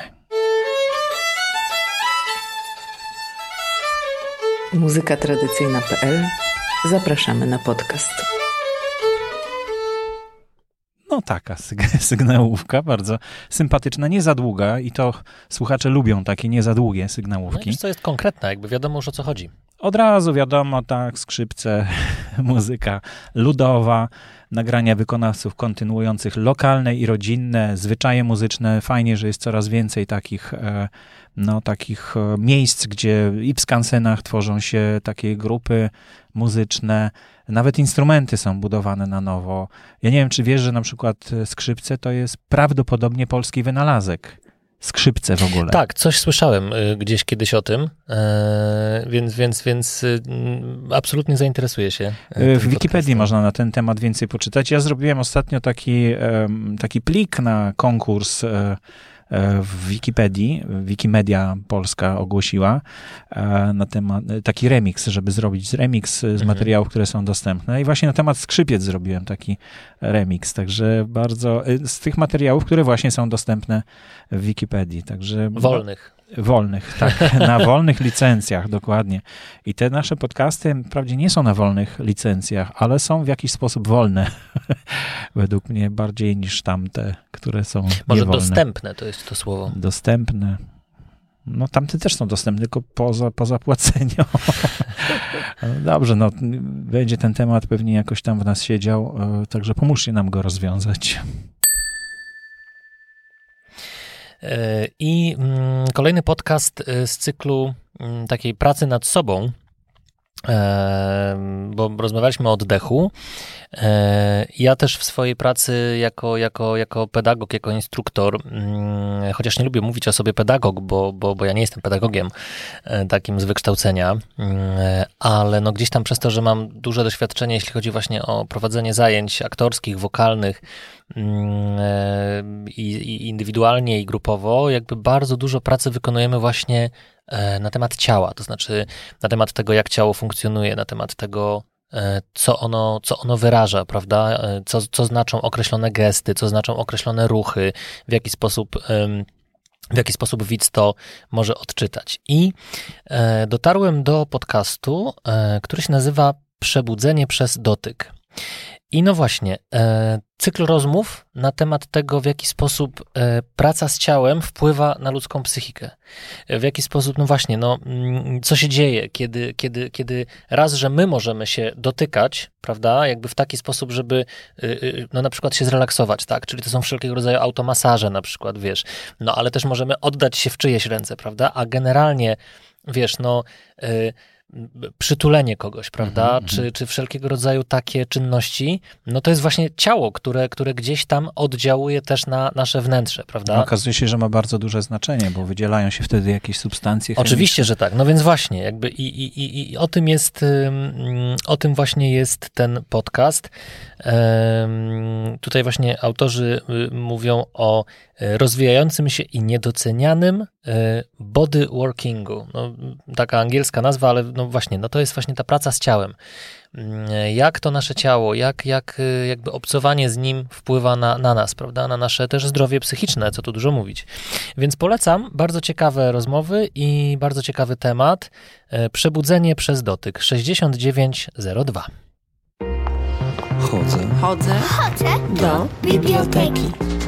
Muzykatradycyjna.pl. Zapraszamy na podcast. No taka sygnałówka, bardzo sympatyczna, nie za długa i to słuchacze lubią takie nie za długie sygnałówki. No i co jest konkretne, jakby wiadomo już o co chodzi. Od razu wiadomo, tak, skrzypce, muzyka ludowa, nagrania wykonawców kontynuujących lokalne i rodzinne, zwyczaje muzyczne. Fajnie, że jest coraz więcej takich miejsc, gdzie i w skansenach tworzą się takie grupy muzyczne. Nawet instrumenty są budowane na nowo. Ja nie wiem, czy wiesz, że na przykład skrzypce to jest prawdopodobnie polski wynalazek. Skrzypce w ogóle. Tak, coś słyszałem gdzieś kiedyś o tym, więc absolutnie zainteresuję się. W Wikipedii można na ten temat więcej poczytać. Ja zrobiłem ostatnio taki plik na konkurs w Wikipedii, Wikimedia Polska ogłosiła na temat, taki remix, żeby zrobić remix z materiałów, które są dostępne i właśnie na temat skrzypiec zrobiłem taki remix, także bardzo, z tych materiałów, które właśnie są dostępne w Wikipedii, także... Wolnych, tak, na wolnych licencjach, dokładnie. I te nasze podcasty wprawdzie nie są na wolnych licencjach, ale są w jakiś sposób wolne, według mnie bardziej niż tamte, które są może niewolne. Dostępne to jest to słowo. Dostępne. No tamte też są dostępne, tylko po zapłaceniu. Dobrze, no będzie ten temat pewnie jakoś tam w nas siedział, także pomóżcie nam go rozwiązać. I kolejny podcast z cyklu takiej pracy nad sobą, bo rozmawialiśmy o oddechu. Ja też w swojej pracy jako pedagog, jako instruktor, chociaż nie lubię mówić o sobie pedagog, bo ja nie jestem pedagogiem takim z wykształcenia, ale no gdzieś tam przez to, że mam duże doświadczenie, jeśli chodzi właśnie o prowadzenie zajęć aktorskich, wokalnych, i indywidualnie i grupowo, jakby bardzo dużo pracy wykonujemy właśnie na temat ciała, to znaczy na temat tego, jak ciało funkcjonuje, na temat tego, co ono wyraża, prawda? Co znaczą określone gesty, co znaczą określone ruchy, w jaki sposób widz to może odczytać. I dotarłem do podcastu, który się nazywa Przebudzenie przez dotyk. I no właśnie, cykl rozmów na temat tego, w jaki sposób praca z ciałem wpływa na ludzką psychikę. W jaki sposób, no właśnie, co się dzieje, kiedy raz, że my możemy się dotykać, prawda, jakby w taki sposób, żeby no na przykład się zrelaksować, tak, czyli to są wszelkiego rodzaju automasaże na przykład, wiesz, no ale też możemy oddać się w czyjeś ręce, prawda, a generalnie, wiesz, przytulenie kogoś, prawda, czy wszelkiego rodzaju takie czynności, no to jest właśnie ciało, które gdzieś tam oddziałuje też na nasze wnętrze, prawda? No, okazuje się, że ma bardzo duże znaczenie, bo wydzielają się wtedy jakieś substancje chemiczne. Oczywiście, że tak, no więc właśnie, jakby i o tym właśnie jest ten podcast. Tutaj właśnie autorzy mówią o rozwijającym się i niedocenianym body workingu. No, taka angielska nazwa, ale no właśnie, no to jest właśnie ta praca z ciałem. Jak to nasze ciało, jak jakby obcowanie z nim wpływa na nas, prawda, na nasze też zdrowie psychiczne, co tu dużo mówić. Więc polecam, bardzo ciekawe rozmowy i bardzo ciekawy temat. Przebudzenie przez dotyk 6902. Chodzę do biblioteki.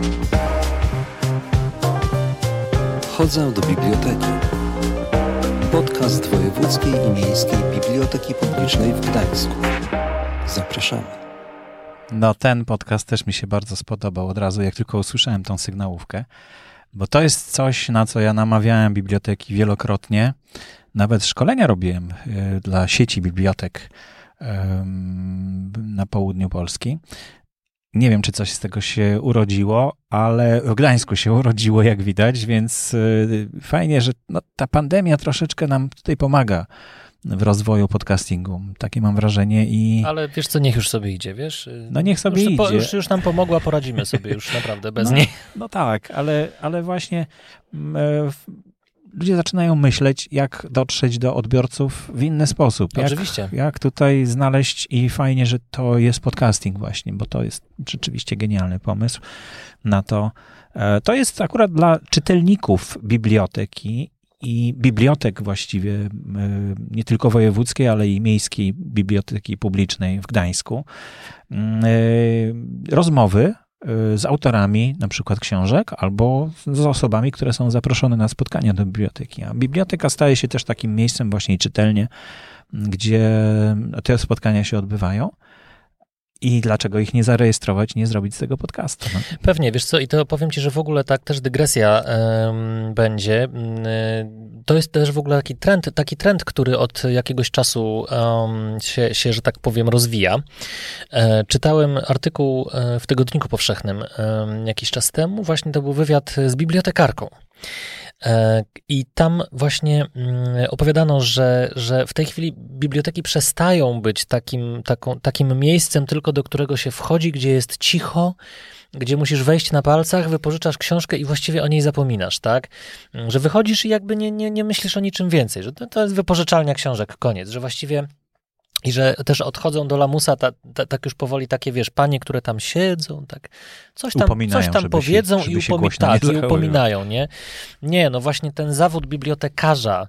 Chodzę do biblioteki. Podcast Wojewódzkiej i Miejskiej Biblioteki Publicznej w Gdańsku. Zapraszamy. No ten podcast też mi się bardzo spodobał od razu, jak tylko usłyszałem tą sygnałówkę, bo to jest coś, na co ja namawiałem biblioteki wielokrotnie. Nawet szkolenia robiłem dla sieci bibliotek na południu Polski, Nie wiem, czy coś z tego się urodziło, ale w Gdańsku się urodziło, jak widać, więc fajnie, że ta pandemia troszeczkę nam tutaj pomaga w rozwoju podcastingu. Takie mam wrażenie Ale wiesz co, niech już sobie idzie, wiesz? No niech sobie idzie. Już nam pomogła, poradzimy sobie już naprawdę bez niej. No tak, ale właśnie ludzie zaczynają myśleć, jak dotrzeć do odbiorców w inny sposób. Oczywiście. Jak tutaj znaleźć i fajnie, że to jest podcasting właśnie, bo to jest rzeczywiście genialny pomysł na to. To jest akurat dla czytelników biblioteki i bibliotek właściwie, nie tylko wojewódzkiej, ale i miejskiej biblioteki publicznej w Gdańsku. Rozmowy z autorami na przykład książek albo z osobami, które są zaproszone na spotkania do biblioteki. A biblioteka staje się też takim miejscem właśnie i czytelnie, gdzie te spotkania się odbywają. I dlaczego ich nie zarejestrować, nie zrobić z tego podcastu? No? Pewnie, wiesz co, i to powiem ci, że w ogóle tak też dygresja będzie. To jest też w ogóle taki trend, który od jakiegoś czasu się, że tak powiem, rozwija. Czytałem artykuł w Tygodniku Powszechnym jakiś czas temu, właśnie to był wywiad z bibliotekarką. I tam właśnie opowiadano, że w tej chwili biblioteki przestają być takim miejscem tylko, do którego się wchodzi, gdzie jest cicho, gdzie musisz wejść na palcach, wypożyczasz książkę i właściwie o niej zapominasz, tak? Że wychodzisz i jakby nie myślisz o niczym więcej, że to jest wypożyczalnia książek, koniec, że właściwie i że też odchodzą do lamusa tak już powoli takie, wiesz, panie, które tam siedzą, tak, coś tam powiedzą i upominają, nie? Nie, no właśnie ten zawód bibliotekarza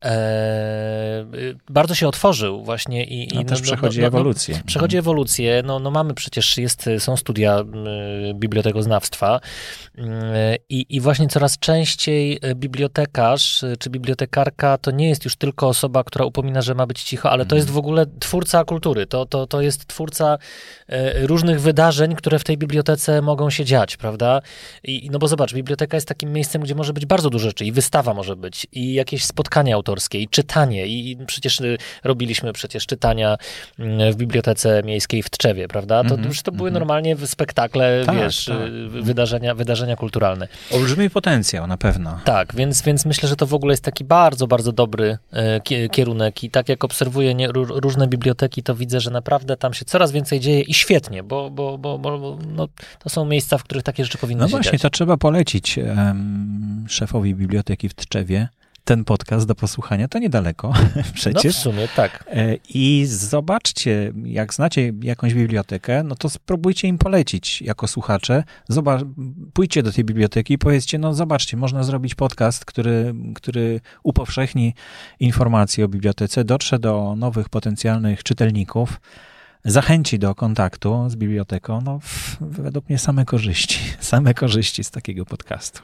bardzo się otworzył właśnie i też przechodzi ewolucję. Przechodzi ewolucję, no mamy przecież, są studia bibliotekoznawstwa i właśnie coraz częściej bibliotekarz czy bibliotekarka to nie jest już tylko osoba, która upomina, że ma być cicho, ale to jest w ogóle twórca kultury, to jest twórca różnych wydarzeń, które w tej bibliotece mogą się dziać, prawda? No bo zobacz, biblioteka jest takim miejscem, gdzie może być bardzo dużo rzeczy i wystawa może być, i jakieś spotkania autorskie, i czytanie, i przecież robiliśmy czytania w Bibliotece Miejskiej w Tczewie, prawda? To były normalnie spektakle, wiesz, wydarzenia kulturalne. Olbrzymi potencjał, na pewno. Tak, więc myślę, że to w ogóle jest taki bardzo, bardzo dobry kierunek i tak jak obserwuję różne biblioteki, to widzę, że naprawdę tam się coraz więcej dzieje i świetnie, bo no, to są miejsca, w których takie rzeczy powinny się właśnie, dziać. to trzeba polecić szefowi biblioteki w Tczewie ten podcast do posłuchania, to niedaleko przecież. No w sumie tak. I zobaczcie, jak znacie jakąś bibliotekę, no to spróbujcie im polecić jako słuchacze. Pójdźcie do tej biblioteki i powiedzcie, no zobaczcie, można zrobić podcast, który upowszechni informacje o bibliotece, dotrze do nowych potencjalnych czytelników, zachęci do kontaktu z biblioteką. No według mnie same korzyści z takiego podcastu.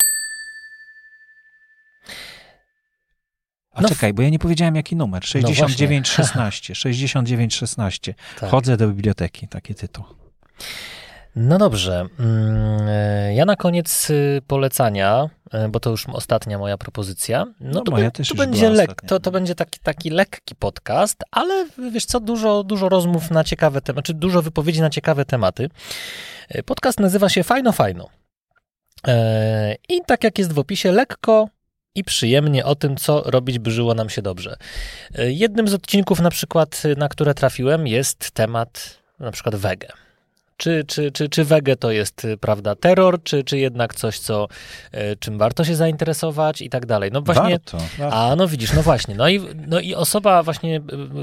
Czekaj, bo ja nie powiedziałem, jaki numer. 6916. 6916. Tak. Chodzę do biblioteki. Taki tytuł. No dobrze. Ja na koniec polecania, bo to już ostatnia moja propozycja. To będzie taki lekki podcast, ale wiesz co, dużo rozmów na ciekawe tematy, czy dużo wypowiedzi na ciekawe tematy. Podcast nazywa się Fajno. I tak jak jest w opisie, lekko i przyjemnie o tym, co robić, by żyło nam się dobrze. Jednym z odcinków na przykład, na które trafiłem, jest temat na przykład wege. Czy wege to jest, prawda, terror, czy jednak coś, czym warto się zainteresować i tak dalej. No właśnie. Warto. A no widzisz, no właśnie. No i osoba właśnie,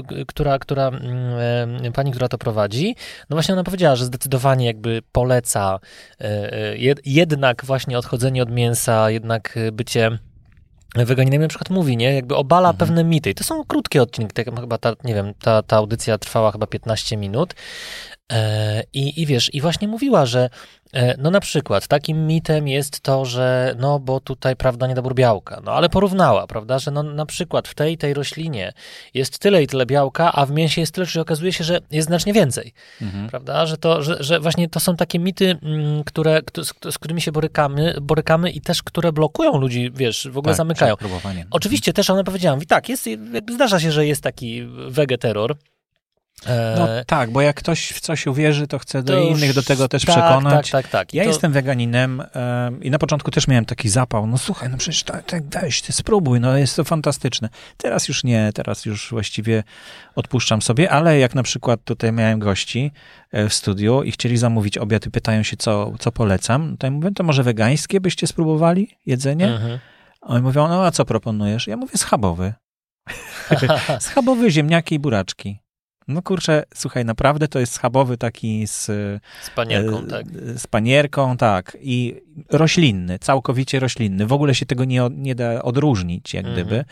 pani, która to prowadzi, no właśnie ona powiedziała, że zdecydowanie jakby poleca jednak właśnie odchodzenie od mięsa, jednak bycie weganinem, na przykład mówi, nie? Jakby obala pewne mity. I to są krótkie odcinki, tak chyba ta audycja trwała chyba 15 minut. I wiesz, i właśnie mówiła, że no na przykład takim mitem jest to, że no bo tutaj, prawda, niedobór białka, no ale porównała, prawda, że no na przykład w tej roślinie jest tyle i tyle białka, a w mięsie jest tyle, że okazuje się, że jest znacznie więcej, prawda, że właśnie to są takie mity, z którymi się borykamy i też, które blokują ludzi, wiesz, w ogóle zamykają. Oczywiście też ona powiedziała, tak, zdarza się, że jest taki wege terror. No tak, bo jak ktoś w coś uwierzy, to chce do innych do tego też przekonać. Tak. Ja jestem weganinem i na początku też miałem taki zapał. No słuchaj, no przecież tak weź, ty spróbuj, no jest to fantastyczne. Teraz już nie, teraz już właściwie odpuszczam sobie, ale jak na przykład tutaj miałem gości w studiu i chcieli zamówić obiad i pytają się, co polecam, to ja mówię, to może wegańskie byście spróbowali jedzenie? Oni mówią, no a co proponujesz? Ja mówię, schabowy. Schabowy, ziemniaki i buraczki. No kurczę, słuchaj, naprawdę to jest schabowy taki z panierką, tak. Z panierką, tak. I roślinny, całkowicie roślinny. W ogóle się tego nie da odróżnić, jak gdyby.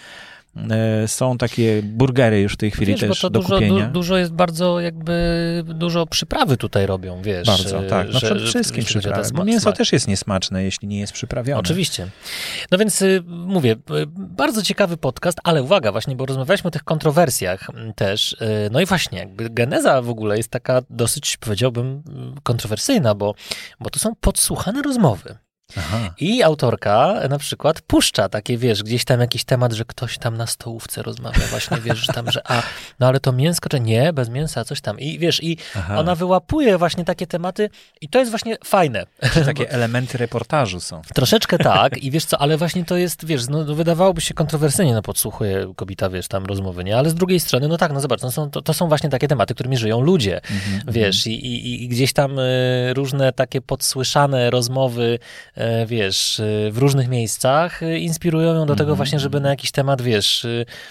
Są takie burgery już w tej chwili też do kupienia. Dużo jest bardzo dużo przyprawy tutaj robią, wiesz. Bardzo, tak. No przede wszystkim przyprawy. Bo mięso też jest niesmaczne, jeśli nie jest przyprawione. Oczywiście. No więc mówię, bardzo ciekawy podcast, ale uwaga właśnie, bo rozmawialiśmy o tych kontrowersjach też. No i właśnie, jakby geneza w ogóle jest taka dosyć, powiedziałbym, kontrowersyjna, bo to są podsłuchane rozmowy. Aha. I autorka na przykład puszcza takie, wiesz, gdzieś tam jakiś temat, że ktoś tam na stołówce rozmawia, właśnie, wiesz, że tam, że no ale to mięsko, czy nie, bez mięsa, coś tam. I wiesz, ona wyłapuje właśnie takie tematy i to jest właśnie fajne. Takie elementy reportażu są. Troszeczkę tak i wiesz co, ale właśnie to jest, wiesz, no wydawałoby się kontrowersyjnie, no podsłuchuje kobieta, wiesz, tam rozmowy, nie? Ale z drugiej strony, no tak, no zobacz, to są właśnie takie tematy, którymi żyją ludzie, wiesz, i gdzieś tam różne takie podsłyszane rozmowy, wiesz, w różnych miejscach inspirują ją do tego właśnie, żeby na jakiś temat, wiesz,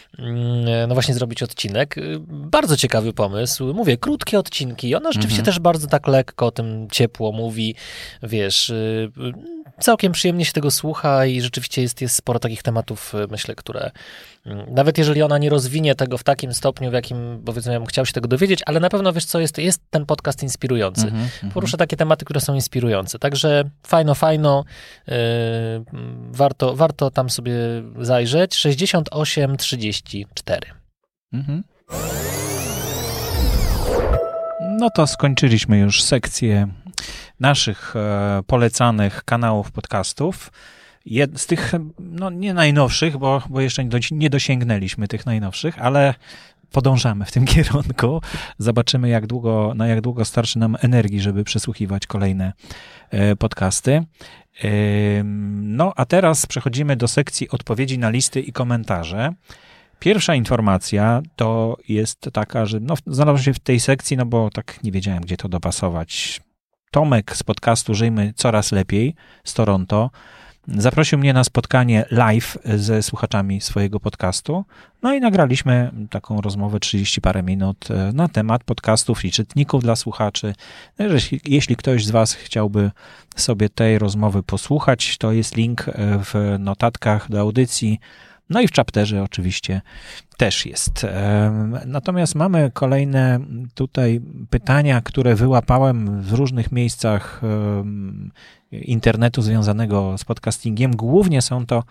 no właśnie zrobić odcinek. Bardzo ciekawy pomysł. Mówię, krótkie odcinki. Ona rzeczywiście też bardzo tak lekko o tym ciepło mówi, wiesz, całkiem przyjemnie się tego słucha i rzeczywiście jest sporo takich tematów, myślę, które nawet jeżeli ona nie rozwinie tego w takim stopniu, w jakim, powiedzmy, ja bym chciał się tego dowiedzieć, ale na pewno, wiesz co, jest ten podcast inspirujący. Porusza takie tematy, które są inspirujące. Także fajno, warto tam sobie zajrzeć. 6834. No to skończyliśmy już sekcję naszych polecanych kanałów podcastów. Z tych, no nie najnowszych, bo jeszcze nie dosięgnęliśmy tych najnowszych, ale podążamy w tym kierunku. Zobaczymy, na jak długo starczy nam energii, żeby przesłuchiwać kolejne podcasty. No, a teraz przechodzimy do sekcji odpowiedzi na listy i komentarze. Pierwsza informacja to jest taka, że znalazłem się w tej sekcji, no bo tak nie wiedziałem, gdzie to dopasować. Tomek z podcastu Żyjmy Coraz Lepiej z Toronto zaprosił mnie na spotkanie live ze słuchaczami swojego podcastu. No i nagraliśmy taką rozmowę 30 parę minut na temat podcastów i czytników dla słuchaczy. Jeśli ktoś z was chciałby sobie tej rozmowy posłuchać, to jest link w notatkach do audycji. No i w chapterze oczywiście też jest. Natomiast mamy kolejne tutaj pytania, które wyłapałem w różnych miejscach internetu związanego z podcastingiem. Głównie są to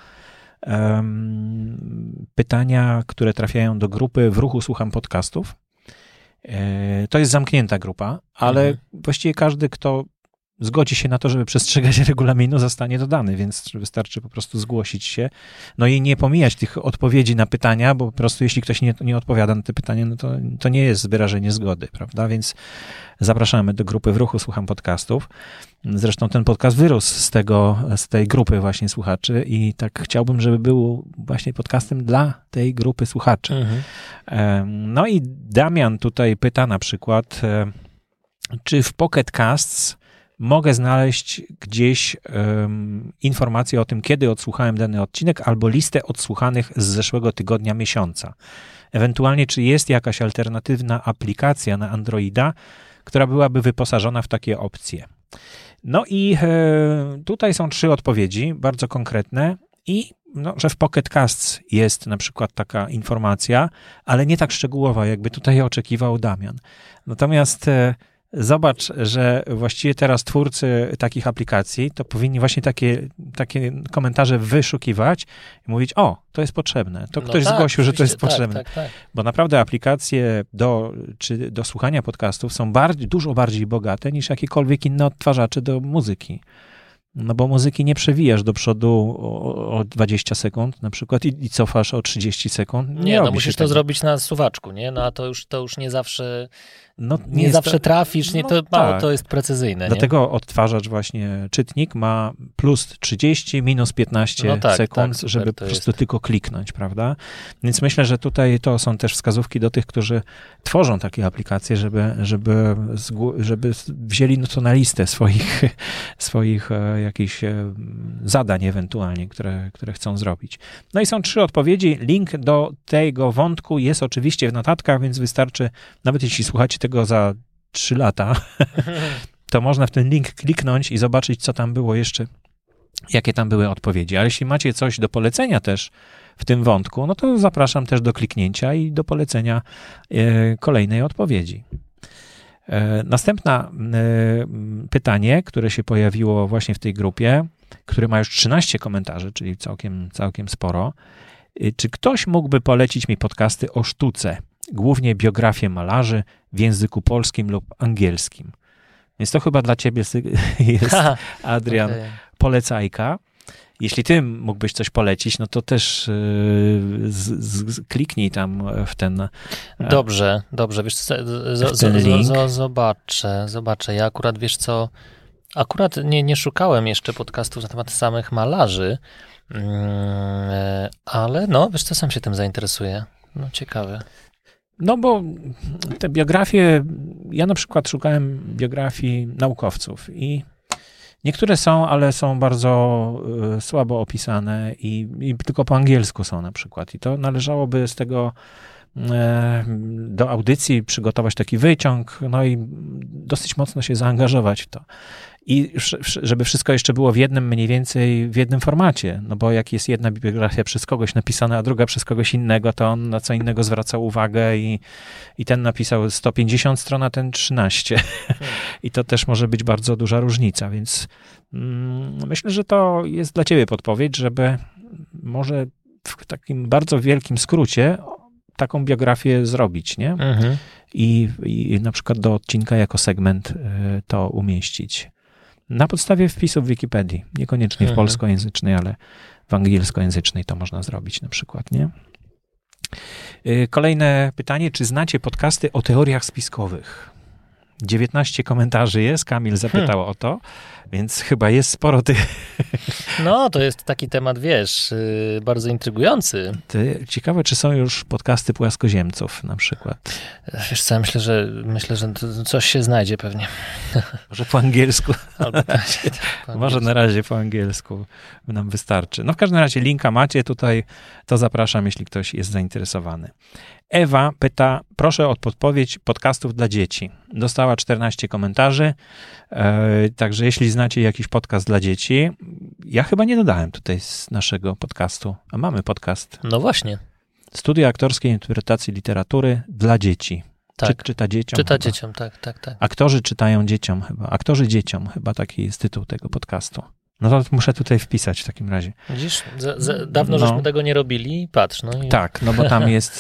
pytania, które trafiają do grupy W ruchu słucham podcastów. To jest zamknięta grupa, ale właściwie każdy, kto zgodzi się na to, żeby przestrzegać regulaminu, zostanie dodany, więc wystarczy po prostu zgłosić się. No i nie pomijać tych odpowiedzi na pytania, bo po prostu jeśli ktoś nie odpowiada na te pytania, no to nie jest wyrażenie zgody, prawda? Więc zapraszamy do grupy W ruchu słucham podcastów. Zresztą ten podcast wyrósł z tej grupy właśnie słuchaczy i tak chciałbym, żeby był właśnie podcastem dla tej grupy słuchaczy. No i Damian tutaj pyta na przykład, czy w Pocket Casts mogę znaleźć gdzieś informację o tym, kiedy odsłuchałem dany odcinek, albo listę odsłuchanych z zeszłego tygodnia, miesiąca. Ewentualnie, czy jest jakaś alternatywna aplikacja na Androida, która byłaby wyposażona w takie opcje. No i tutaj są 3 odpowiedzi, bardzo konkretne i że w Pocket Casts jest na przykład taka informacja, ale nie tak szczegółowa, jakby tutaj oczekiwał Damian. Natomiast zobacz, że właściwie teraz twórcy takich aplikacji to powinni właśnie takie komentarze wyszukiwać i mówić, to jest potrzebne. To ktoś zgłosił, że to jest potrzebne. Tak. Bo naprawdę aplikacje do słuchania podcastów są dużo bardziej bogate niż jakiekolwiek inne odtwarzacze do muzyki. No bo muzyki nie przewijasz do przodu o 20 sekund na przykład i cofasz o 30 sekund. Nie, no musisz to zrobić na suwaczku, nie? No a to już nie zawsze... nie zawsze trafisz, nie, to mało to jest precyzyjne. Dlatego odtwarzacz właśnie, czytnik ma plus 30, minus 15 sekund, super, żeby po prostu tylko kliknąć, prawda? Więc myślę, że tutaj to są też wskazówki do tych, którzy tworzą takie aplikacje, żeby wzięli to na listę swoich jakichś zadań ewentualnie, które chcą zrobić. No i są 3 odpowiedzi. Link do tego wątku jest oczywiście w notatkach, więc wystarczy, nawet jeśli słuchacie tego za 3 lata, to można w ten link kliknąć i zobaczyć, co tam było jeszcze, jakie tam były odpowiedzi. Ale jeśli macie coś do polecenia też w tym wątku, no to zapraszam też do kliknięcia i do polecenia kolejnej odpowiedzi. Następne pytanie, które się pojawiło właśnie w tej grupie, które ma już 13 komentarzy, czyli całkiem sporo. Czy ktoś mógłby polecić mi podcasty o sztuce? Głównie biografię malarzy w języku polskim lub angielskim. Więc to chyba dla ciebie jest, Adrian, polecajka. Jeśli ty mógłbyś coś polecić, no to też kliknij tam w ten... Dobrze, wiesz co, zobaczę. Ja akurat, wiesz co, nie szukałem jeszcze podcastów na temat samych malarzy, ale no, wiesz co, sam się tym zainteresuję. No, ciekawe. No bo te biografie, ja na przykład szukałem biografii naukowców i niektóre są, ale są bardzo słabo opisane i tylko po angielsku są na przykład. I to należałoby z tego do audycji przygotować taki wyciąg, no i dosyć mocno się zaangażować w to. I żeby wszystko jeszcze było mniej więcej w jednym formacie, no bo jak jest jedna bibliografia przez kogoś napisana, a druga przez kogoś innego, to on na co innego zwraca uwagę i ten napisał 150 stron, a ten 13. I to też może być bardzo duża różnica, więc myślę, że to jest dla ciebie podpowiedź, żeby może w takim bardzo wielkim skrócie taką biografię zrobić, nie? I na przykład do odcinka jako segment to umieścić. Na podstawie wpisów w Wikipedii. Niekoniecznie w polskojęzycznej, ale w angielskojęzycznej to można zrobić na przykład, nie? Kolejne pytanie. Czy znacie podcasty o teoriach spiskowych? 19 komentarzy jest. Kamil zapytał o to, więc chyba jest sporo tych... No, to jest taki temat, wiesz, bardzo intrygujący. Ciekawe, czy są już podcasty płaskoziemców na przykład. Wiesz co, myślę, że coś się znajdzie pewnie. Może po angielsku. Albo Może na razie po angielsku nam wystarczy. No w każdym razie linka macie tutaj, to zapraszam, jeśli ktoś jest zainteresowany. Ewa pyta, proszę o podpowiedź podcastów dla dzieci. Dostała 14 komentarzy, także jeśli znacie jakiś podcast dla dzieci, ja chyba nie dodałem tutaj z naszego podcastu, a mamy podcast. No właśnie. Studia aktorskiej interpretacji literatury dla dzieci. Tak. Czyta dzieciom. Czyta chyba. dzieciom, tak. Aktorzy czytają dzieciom chyba. Aktorzy dzieciom, chyba taki jest tytuł tego podcastu. No to muszę tutaj wpisać w takim razie. Widzisz, dawno żeśmy tego nie robili, patrz. No i... Tak, no bo tam jest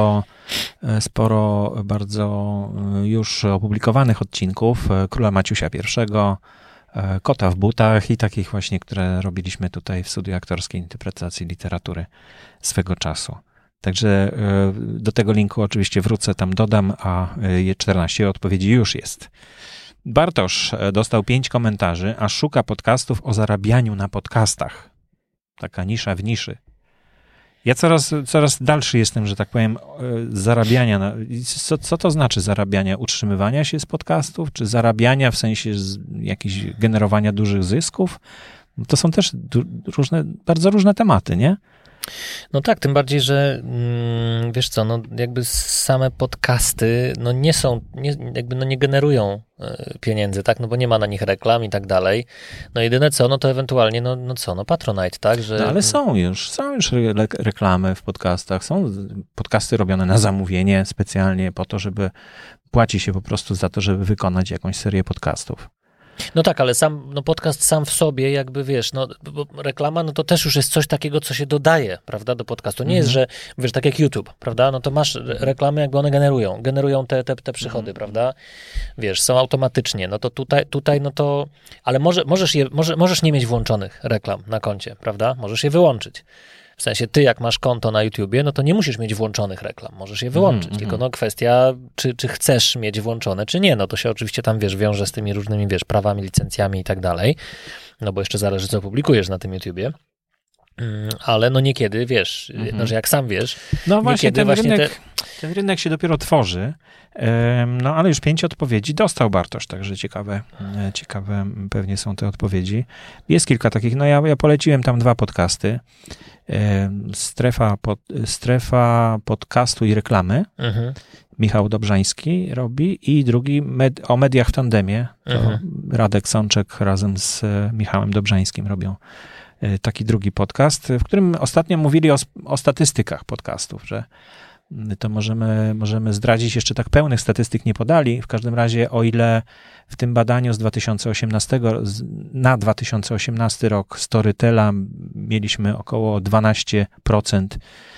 sporo bardzo już opublikowanych odcinków Króla Maciusia I, Kota w butach i takich właśnie, które robiliśmy tutaj w Studiu Aktorskiej Interpretacji Literatury swego czasu. Także do tego linku oczywiście wrócę, tam dodam, a 14 odpowiedzi już jest. Bartosz dostał 5 komentarzy, a szuka podcastów o zarabianiu na podcastach. Taka nisza w niszy. Ja coraz dalszy jestem, że tak powiem, zarabiania. Co to znaczy zarabiania? Utrzymywania się z podcastów? Czy zarabiania w sensie jakichś generowania dużych zysków? To są też bardzo różne tematy, nie? No tak, tym bardziej, że wiesz co, no jakby same podcasty no nie generują pieniędzy, tak, no bo nie ma na nich reklam i tak dalej. No jedyne co, no to ewentualnie, no Patronite, tak, że... No ale są już reklamy w podcastach, są podcasty robione na zamówienie specjalnie po to, żeby płaci się po prostu za to, żeby wykonać jakąś serię podcastów. No tak, ale podcast sam w sobie jakby, wiesz, bo reklama, no to też już jest coś takiego, co się dodaje, prawda, do podcastu. Nie jest, że, wiesz, tak jak YouTube, prawda, no to masz reklamy, jakby one generują te przychody, prawda, wiesz, są automatycznie, no to tutaj, no to, ale możesz nie mieć włączonych reklam na koncie, prawda, możesz je wyłączyć. W sensie, ty jak masz konto na YouTubie, no to nie musisz mieć włączonych reklam, możesz je wyłączyć, tylko no kwestia, czy chcesz mieć włączone, czy nie, no to się oczywiście tam, wiesz, wiąże z tymi różnymi, wiesz, prawami, licencjami i tak dalej, no bo jeszcze zależy, co publikujesz na tym YouTubie, ale no niekiedy, wiesz, no, że jak sam wiesz, no właśnie, ten rynek się dopiero tworzy, no ale już 5 odpowiedzi dostał Bartosz, także ciekawe pewnie są te odpowiedzi. Jest kilka takich, no ja poleciłem tam 2 podcasty, Strefa podcastu i reklamy, Michał Dobrzański robi, i drugi o mediach w tandemie, to Radek Sączek razem z Michałem Dobrzańskim robią taki drugi podcast, w którym ostatnio mówili o statystykach podcastów, że to możemy zdradzić, jeszcze tak pełnych statystyk nie podali, w każdym razie o ile w tym badaniu z 2018 na 2018 rok Storytela mieliśmy około 12%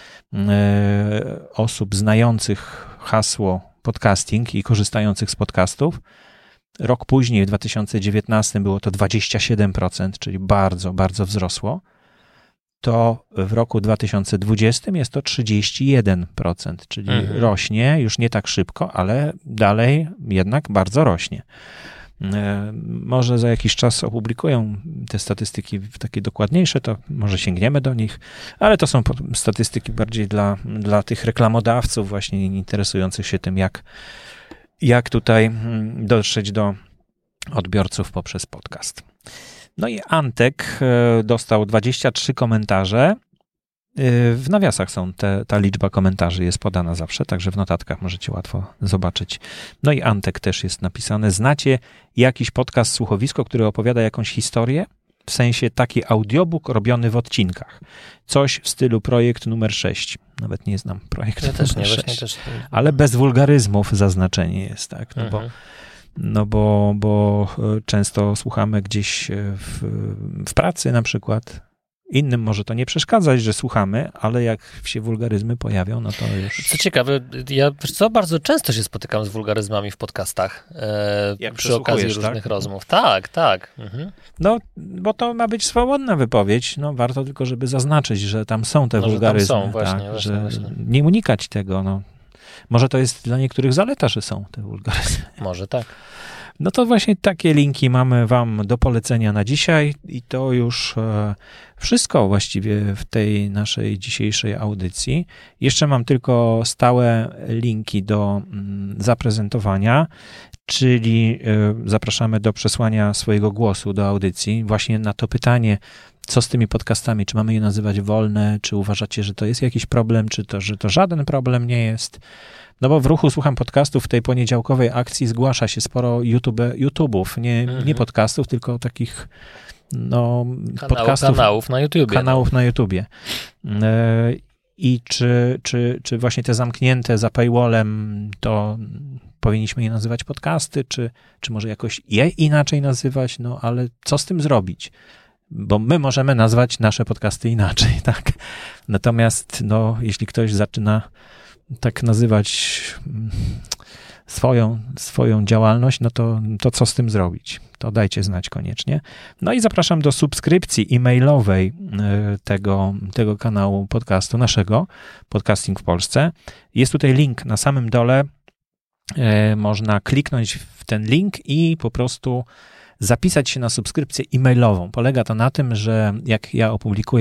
osób znających hasło podcasting i korzystających z podcastów. Rok później, w 2019 było to 27%, czyli bardzo, bardzo wzrosło. To w roku 2020 jest to 31%, czyli rośnie, już nie tak szybko, ale dalej jednak bardzo rośnie. Może za jakiś czas opublikują te statystyki takie dokładniejsze, to może sięgniemy do nich, ale to są statystyki bardziej dla tych reklamodawców właśnie interesujących się tym, jak tutaj dotrzeć do odbiorców poprzez podcast. No i Antek dostał 23 komentarze. W nawiasach ta liczba komentarzy jest podana zawsze, także w notatkach możecie łatwo zobaczyć. No i Antek też jest napisane. Znacie jakiś podcast, słuchowisko, które opowiada jakąś historię? W sensie taki audiobook robiony w odcinkach. Coś w stylu projekt numer 6. Nawet nie znam projektu numer 6. Ale bez wulgaryzmów zaznaczenie jest, tak? Bo często słuchamy gdzieś w pracy na przykład. Innym może to nie przeszkadzać, że słuchamy, ale jak się wulgaryzmy pojawią, no to już... Co ciekawe, ja bardzo często się spotykam z wulgaryzmami w podcastach przy okazji różnych rozmów. Tak. No, bo to ma być swobodna wypowiedź, no warto tylko, żeby zaznaczyć, że tam są te wulgaryzmy. Tam są, właśnie. Nie unikać tego, no. Może to jest dla niektórych zaleta, że są te wulgaryzmy. Może tak. No to właśnie takie linki mamy wam do polecenia na dzisiaj i to już wszystko właściwie w tej naszej dzisiejszej audycji. Jeszcze mam tylko stałe linki do zaprezentowania, czyli zapraszamy do przesłania swojego głosu do audycji właśnie na to pytanie, co z tymi podcastami, czy mamy je nazywać wolne, czy uważacie, że to jest jakiś problem, że to żaden problem nie jest. No bo w ruchu Słucham Podcastów w tej poniedziałkowej akcji zgłasza się sporo YouTube'ów, nie podcastów, tylko takich podcastów. Kanałów na YouTubie. I czy właśnie te zamknięte za paywallem, to powinniśmy je nazywać podcasty, czy może jakoś je inaczej nazywać, no ale co z tym zrobić? Bo my możemy nazwać nasze podcasty inaczej, tak? Natomiast jeśli ktoś zaczyna tak nazywać swoją działalność, no to co z tym zrobić? To dajcie znać koniecznie. No i zapraszam do subskrypcji e-mailowej tego kanału podcastu naszego, Podcasting w Polsce. Jest tutaj link na samym dole. Można kliknąć w ten link i po prostu zapisać się na subskrypcję e-mailową. Polega to na tym, że jak ja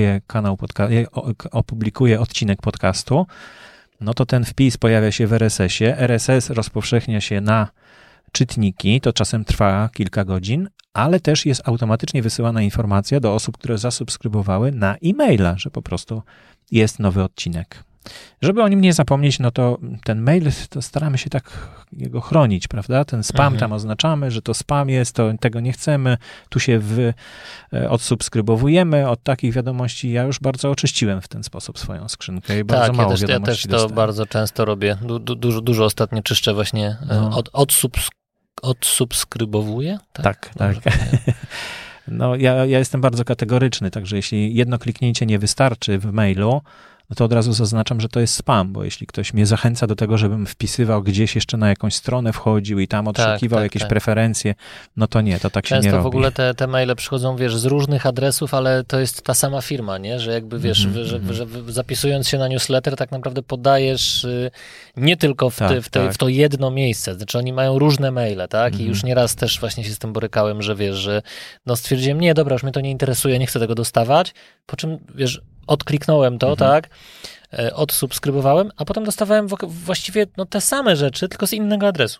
opublikuję odcinek podcastu, no to ten wpis pojawia się w RSS-ie. RSS rozpowszechnia się na czytniki, to czasem trwa kilka godzin, ale też jest automatycznie wysyłana informacja do osób, które zasubskrybowały na e-maila, że po prostu jest nowy odcinek. Żeby o nim nie zapomnieć, no to ten mail, to staramy się tak jego chronić, prawda? Ten spam tam oznaczamy, że to spam jest, to tego nie chcemy, tu się odsubskrybowujemy od takich wiadomości. Ja już bardzo oczyściłem w ten sposób swoją skrzynkę i bardzo mało wiadomości ja też to dostałem. bardzo często robię. Dużo ostatnio czyszczę właśnie Odsubskrybowuje? Tak. No, ja jestem bardzo kategoryczny, także jeśli jedno kliknięcie nie wystarczy w mailu, no to od razu zaznaczam, że to jest spam, bo jeśli ktoś mnie zachęca do tego, żebym wpisywał gdzieś jeszcze na jakąś stronę wchodził i tam odszukiwał jakieś preferencje, no to nie, to tak Często się nie robi. w ogóle te maile przychodzą, wiesz, z różnych adresów, ale to jest ta sama firma, nie? Że jakby, wiesz, że zapisując się na newsletter tak naprawdę podajesz nie tylko w to jedno miejsce, znaczy oni mają różne maile, tak? I już nieraz też właśnie się z tym borykałem, że wiesz, że no stwierdziłem, nie, dobra, już mnie to nie interesuje, nie chcę tego dostawać, po czym, wiesz, odkliknąłem to, tak, odsubskrybowałem, a potem dostawałem właściwie no, te same rzeczy, tylko z innego adresu.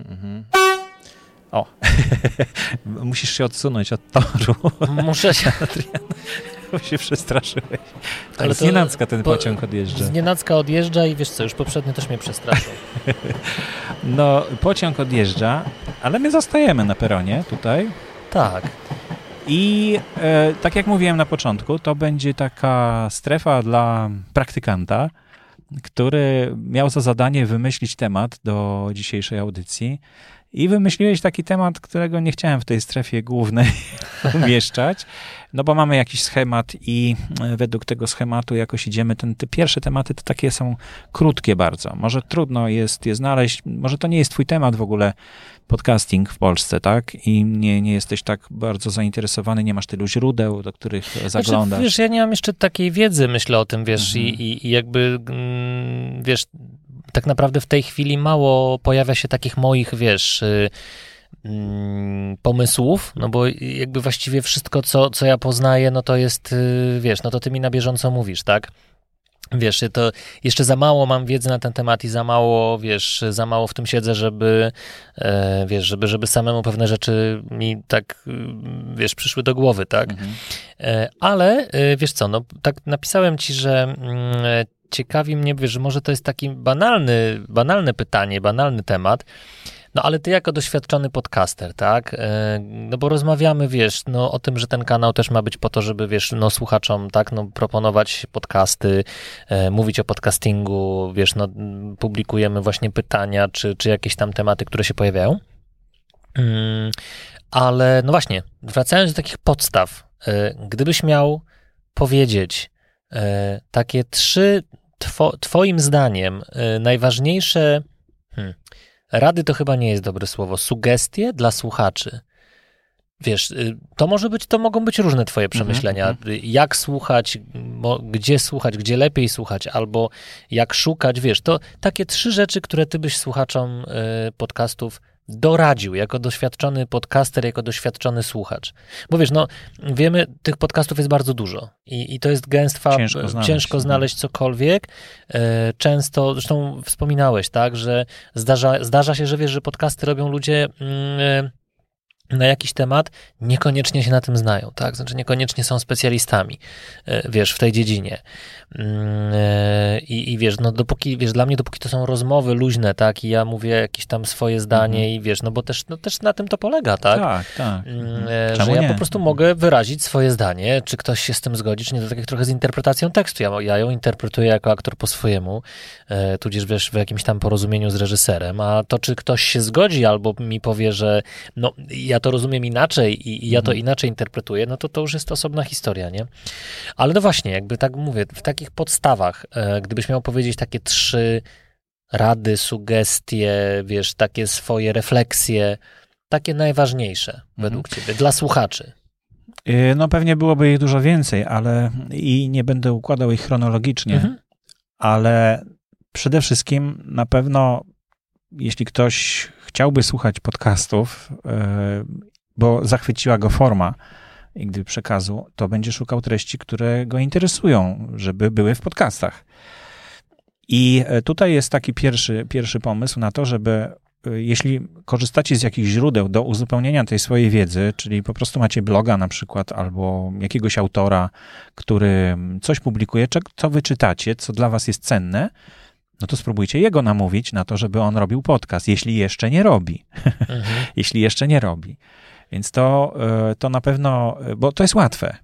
O, musisz się odsunąć od toru. Muszę się. Bo się przestraszyłeś. Ale znienacka ten pociąg odjeżdża. Znienacka odjeżdża i wiesz co, już poprzednio też mnie przestraszył. No, pociąg odjeżdża, ale my zostajemy na peronie tutaj. Tak. I tak jak mówiłem na początku, to będzie taka strefa dla praktykanta, który miał za zadanie wymyślić temat do dzisiejszej audycji i wymyśliłeś taki temat, którego nie chciałem w tej strefie głównej umieszczać, no bo mamy jakiś schemat i według tego schematu jakoś idziemy. Te pierwsze tematy to takie są krótkie bardzo. Może trudno jest je znaleźć, może to nie jest twój temat w ogóle, podcasting w Polsce, tak? I nie jesteś tak bardzo zainteresowany, nie masz tylu źródeł, do których zaglądasz. Znaczy, wiesz, ja nie mam jeszcze takiej wiedzy, myślę o tym, wiesz, i jakby, wiesz, tak naprawdę w tej chwili mało pojawia się takich moich, wiesz, pomysłów, no bo jakby właściwie wszystko, co ja poznaję, no to jest, wiesz, no to ty mi na bieżąco mówisz, tak? Wiesz, to jeszcze za mało mam wiedzy na ten temat i za mało, wiesz, za mało w tym siedzę, żeby, wiesz, żeby samemu pewne rzeczy mi tak, wiesz, przyszły do głowy, tak? Ale, wiesz co, no tak napisałem ci, że ciekawi mnie, wiesz, że może to jest taki banalne pytanie, banalny temat, no ale ty jako doświadczony podcaster, tak, no bo rozmawiamy, wiesz, no o tym, że ten kanał też ma być po to, żeby, wiesz, no słuchaczom, tak, no proponować podcasty, mówić o podcastingu, wiesz, no publikujemy właśnie pytania, czy jakieś tam tematy, które się pojawiają, ale no właśnie, wracając do takich podstaw, gdybyś miał powiedzieć takie 3 twoim zdaniem najważniejsze rady to chyba nie jest dobre słowo, sugestie dla słuchaczy. Wiesz, to mogą być różne twoje przemyślenia. Jak słuchać, gdzie lepiej słuchać, albo jak szukać, wiesz, to takie 3 rzeczy, które ty byś słuchaczom podcastów doradził, jako doświadczony podcaster, jako doświadczony słuchacz. Bo wiesz, no wiemy, tych podcastów jest bardzo dużo i to jest gęstwa, ciężko znaleźć cokolwiek. Często, zresztą wspominałeś, tak, że zdarza się, że wiesz, że podcasty robią ludzie na jakiś temat, niekoniecznie się na tym znają, tak? Znaczy niekoniecznie są specjalistami, wiesz, w tej dziedzinie. I wiesz, no dopóki, wiesz, dla mnie dopóki to są rozmowy luźne, tak? I ja mówię jakieś tam swoje zdanie i wiesz, no bo też na tym to polega, tak? Tak. Że ja po prostu mogę wyrazić swoje zdanie, czy ktoś się z tym zgodzi, czy nie, to tak jak trochę z interpretacją tekstu. Ja ją interpretuję jako aktor po swojemu, tudzież wiesz, w jakimś tam porozumieniu z reżyserem, a to, czy ktoś się zgodzi albo mi powie, że no, ja to rozumiem inaczej i ja to inaczej interpretuję, no to już jest osobna historia, nie? Ale no właśnie, jakby tak mówię, w takich podstawach, gdybyś miał powiedzieć takie 3 rady, sugestie, wiesz, takie swoje refleksje, takie najważniejsze według ciebie, dla słuchaczy. No pewnie byłoby ich dużo więcej, ale i nie będę układał ich chronologicznie, ale przede wszystkim na pewno jeśli ktoś chciałby słuchać podcastów, bo zachwyciła go forma przekazu, to będzie szukał treści, które go interesują, żeby były w podcastach. I tutaj jest taki pierwszy pomysł na to, żeby jeśli korzystacie z jakichś źródeł do uzupełnienia tej swojej wiedzy, czyli po prostu macie bloga na przykład albo jakiegoś autora, który coś publikuje, co wyczytacie, co dla was jest cenne, no to spróbujcie jego namówić na to, żeby on robił podcast, jeśli jeszcze nie robi. Jeśli jeszcze nie robi. Więc to na pewno, bo to jest łatwe.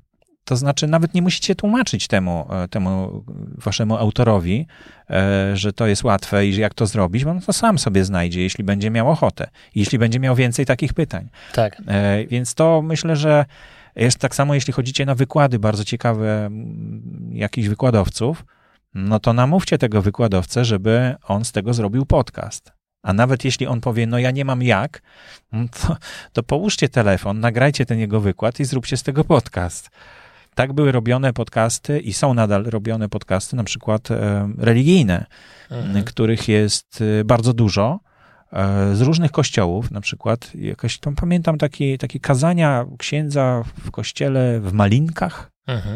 To znaczy nawet nie musicie tłumaczyć temu waszemu autorowi, że to jest łatwe i że jak to zrobić, bo on to sam sobie znajdzie, jeśli będzie miał ochotę. Jeśli będzie miał więcej takich pytań. Tak. Więc to myślę, że jest tak samo, jeśli chodzicie na wykłady bardzo ciekawe jakichś wykładowców, no to namówcie tego wykładowcę, żeby on z tego zrobił podcast. A nawet jeśli on powie, no ja nie mam jak, to połóżcie telefon, nagrajcie ten jego wykład i zróbcie z tego podcast. Tak były robione podcasty i są nadal robione podcasty, na przykład religijne, których jest bardzo dużo, z różnych kościołów, na przykład pamiętam takie kazania księdza w kościele w Malinkach.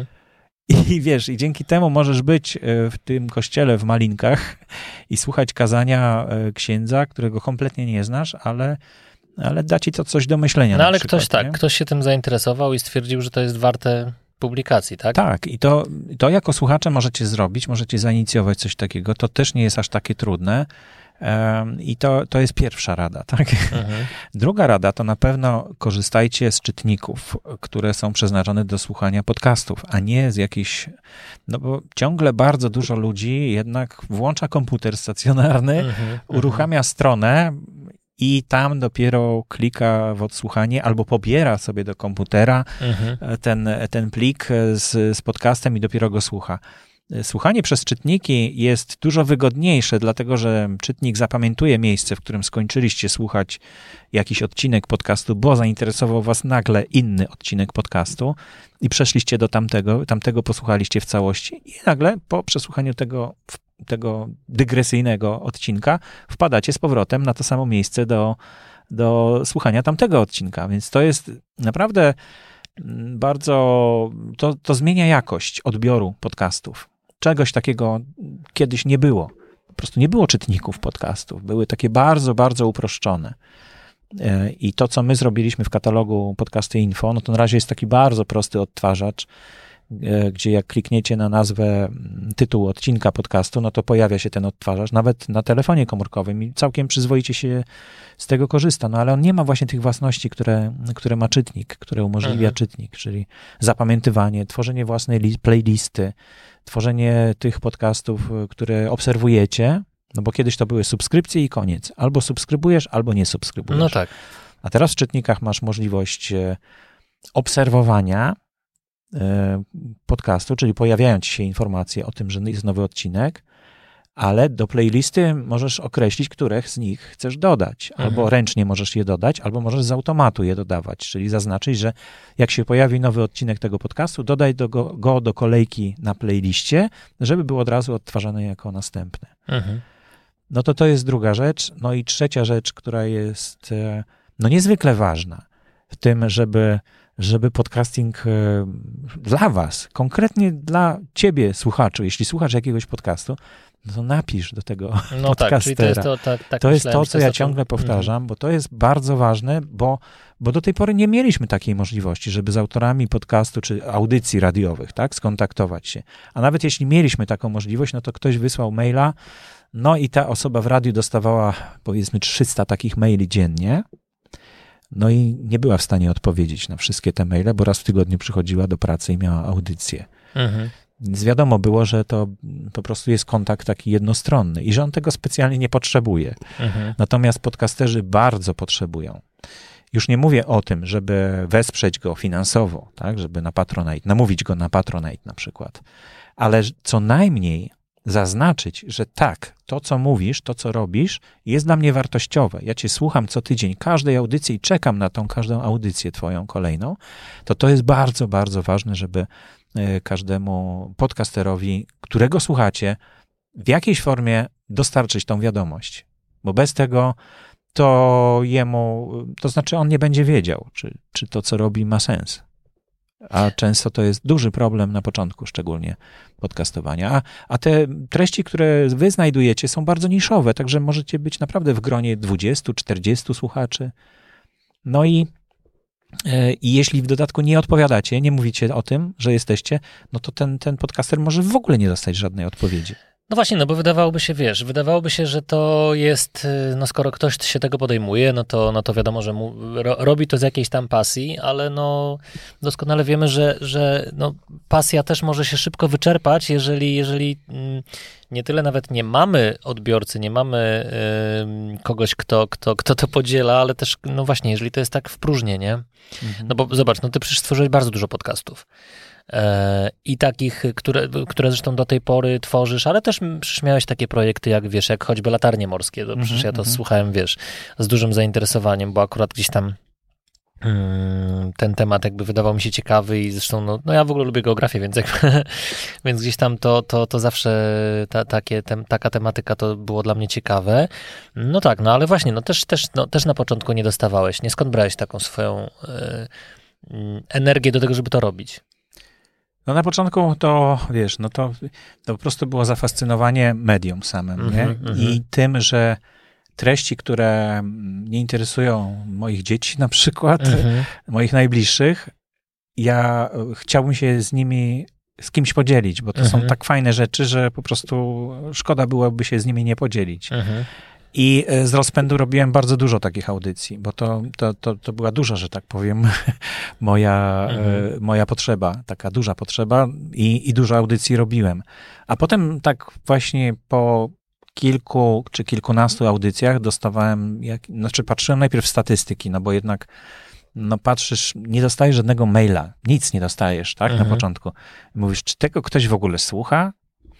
I wiesz, i dzięki temu możesz być w tym kościele w Malinkach i słuchać kazania księdza, którego kompletnie nie znasz, ale da ci to coś do myślenia. No ale przykład, ktoś się tym zainteresował i stwierdził, że to jest warte publikacji, tak? Tak, i to jako słuchacze możecie zrobić, możecie zainicjować coś takiego, to też nie jest aż takie trudne. I to jest pierwsza rada, tak? Druga rada to na pewno korzystajcie z czytników, które są przeznaczone do słuchania podcastów, a nie z jakichś, no bo ciągle bardzo dużo ludzi jednak włącza komputer stacjonarny, uruchamia stronę i tam dopiero klika w odsłuchanie albo pobiera sobie do komputera ten plik z podcastem i dopiero go słucha. Słuchanie przez czytniki jest dużo wygodniejsze, dlatego że czytnik zapamiętuje miejsce, w którym skończyliście słuchać jakiś odcinek podcastu, bo zainteresował was nagle inny odcinek podcastu i przeszliście do tamtego posłuchaliście w całości i nagle po przesłuchaniu tego dygresyjnego odcinka wpadacie z powrotem na to samo miejsce do słuchania tamtego odcinka, więc to jest naprawdę bardzo, to zmienia jakość odbioru podcastów. Czegoś takiego kiedyś nie było. Po prostu nie było czytników podcastów. Były takie bardzo, bardzo uproszczone. I to, co my zrobiliśmy w katalogu Podcasty Info, no to na razie jest taki bardzo prosty odtwarzacz, gdzie jak klikniecie na nazwę tytułu odcinka podcastu, no to pojawia się ten odtwarzacz, nawet na telefonie komórkowym i całkiem przyzwoicie się z tego korzysta, no ale on nie ma właśnie tych własności, które ma czytnik, które umożliwia czytnik, czyli zapamiętywanie, tworzenie własnej playlisty, tworzenie tych podcastów, które obserwujecie, no bo kiedyś to były subskrypcje i koniec. Albo subskrybujesz, albo nie subskrybujesz. No tak. A teraz w czytnikach masz możliwość obserwowania podcastu, czyli pojawiają ci się informacje o tym, że jest nowy odcinek, ale do playlisty możesz określić, których z nich chcesz dodać. Albo ręcznie możesz je dodać, albo możesz z automatu je dodawać, czyli zaznaczyć, że jak się pojawi nowy odcinek tego podcastu, dodaj go do kolejki na playliście, żeby był od razu odtwarzany jako następny. No to jest druga rzecz. No i trzecia rzecz, która jest niezwykle ważna w tym, żeby podcasting dla was, konkretnie dla ciebie, słuchaczu, jeśli słuchasz jakiegoś podcastu, no to napisz do tego podcastera. Tak, czyli to jest to, co ja ciągle powtarzam, bo to jest bardzo ważne, bo do tej pory nie mieliśmy takiej możliwości, żeby z autorami podcastu czy audycji radiowych, tak, skontaktować się. A nawet jeśli mieliśmy taką możliwość, no to ktoś wysłał maila, no i ta osoba w radiu dostawała, powiedzmy, 300 takich maili dziennie, no i nie była w stanie odpowiedzieć na wszystkie te maile, bo raz w tygodniu przychodziła do pracy i miała audycję. Więc wiadomo było, że to po prostu jest kontakt taki jednostronny i że on tego specjalnie nie potrzebuje. Natomiast podcasterzy bardzo potrzebują. Już nie mówię o tym, żeby wesprzeć go finansowo, tak, żeby na Patronite, namówić go na Patronite na przykład, ale co najmniej zaznaczyć, że tak, to co mówisz, to co robisz jest dla mnie wartościowe. Ja cię słucham co tydzień, każdej audycji i czekam na tą każdą audycję twoją kolejną, to jest bardzo, bardzo ważne, żeby każdemu podcasterowi, którego słuchacie, w jakiejś formie dostarczyć tą wiadomość. Bo bez tego to znaczy on nie będzie wiedział, czy to, co robi, ma sens. A często to jest duży problem na początku, szczególnie podcastowania. A te treści, które wy znajdujecie, są bardzo niszowe, także możecie być naprawdę w gronie 20-40 słuchaczy. No i jeśli w dodatku nie odpowiadacie, nie mówicie o tym, że jesteście, no to ten podcaster może w ogóle nie dostać żadnej odpowiedzi. No właśnie, no bo wydawałoby się, że to jest, no skoro ktoś się tego podejmuje, no to wiadomo, że robi to z jakiejś tam pasji, ale no doskonale wiemy, że no pasja też może się szybko wyczerpać, jeżeli nie tyle nawet nie mamy odbiorcy, nie mamy kogoś, kto to podziela, ale też, no właśnie, jeżeli to jest tak w próżnię, nie? No bo zobacz, no ty przecież stworzyłeś bardzo dużo podcastów. I takich, które zresztą do tej pory tworzysz, ale też przecież miałeś takie projekty jak choćby Latarnie Morskie, to przecież ja to słuchałem, z dużym zainteresowaniem, bo akurat gdzieś tam ten temat jakby wydawał mi się ciekawy i zresztą, no ja w ogóle lubię geografię, więc gdzieś tam to zawsze taka tematyka to było dla mnie ciekawe. No tak, no ale właśnie, no też na początku nie dostawałeś, nie? Skąd brałeś taką swoją energię do tego, żeby to robić? No na początku to, to po prostu było zafascynowanie medium samym, nie? I tym, że treści, które nie interesują moich dzieci na przykład, moich najbliższych, ja chciałbym się z kimś podzielić, bo to są tak fajne rzeczy, że po prostu szkoda byłoby się z nimi nie podzielić. I z rozpędu robiłem bardzo dużo takich audycji, bo to była duża, że tak powiem, moja potrzeba, taka duża potrzeba i dużo audycji robiłem. A potem tak właśnie po kilku czy kilkunastu audycjach dostawałem, patrzyłem najpierw w statystyki, no bo jednak patrzysz, nie dostajesz żadnego maila, nic nie dostajesz, tak, na początku. Mówisz, czy tego ktoś w ogóle słucha?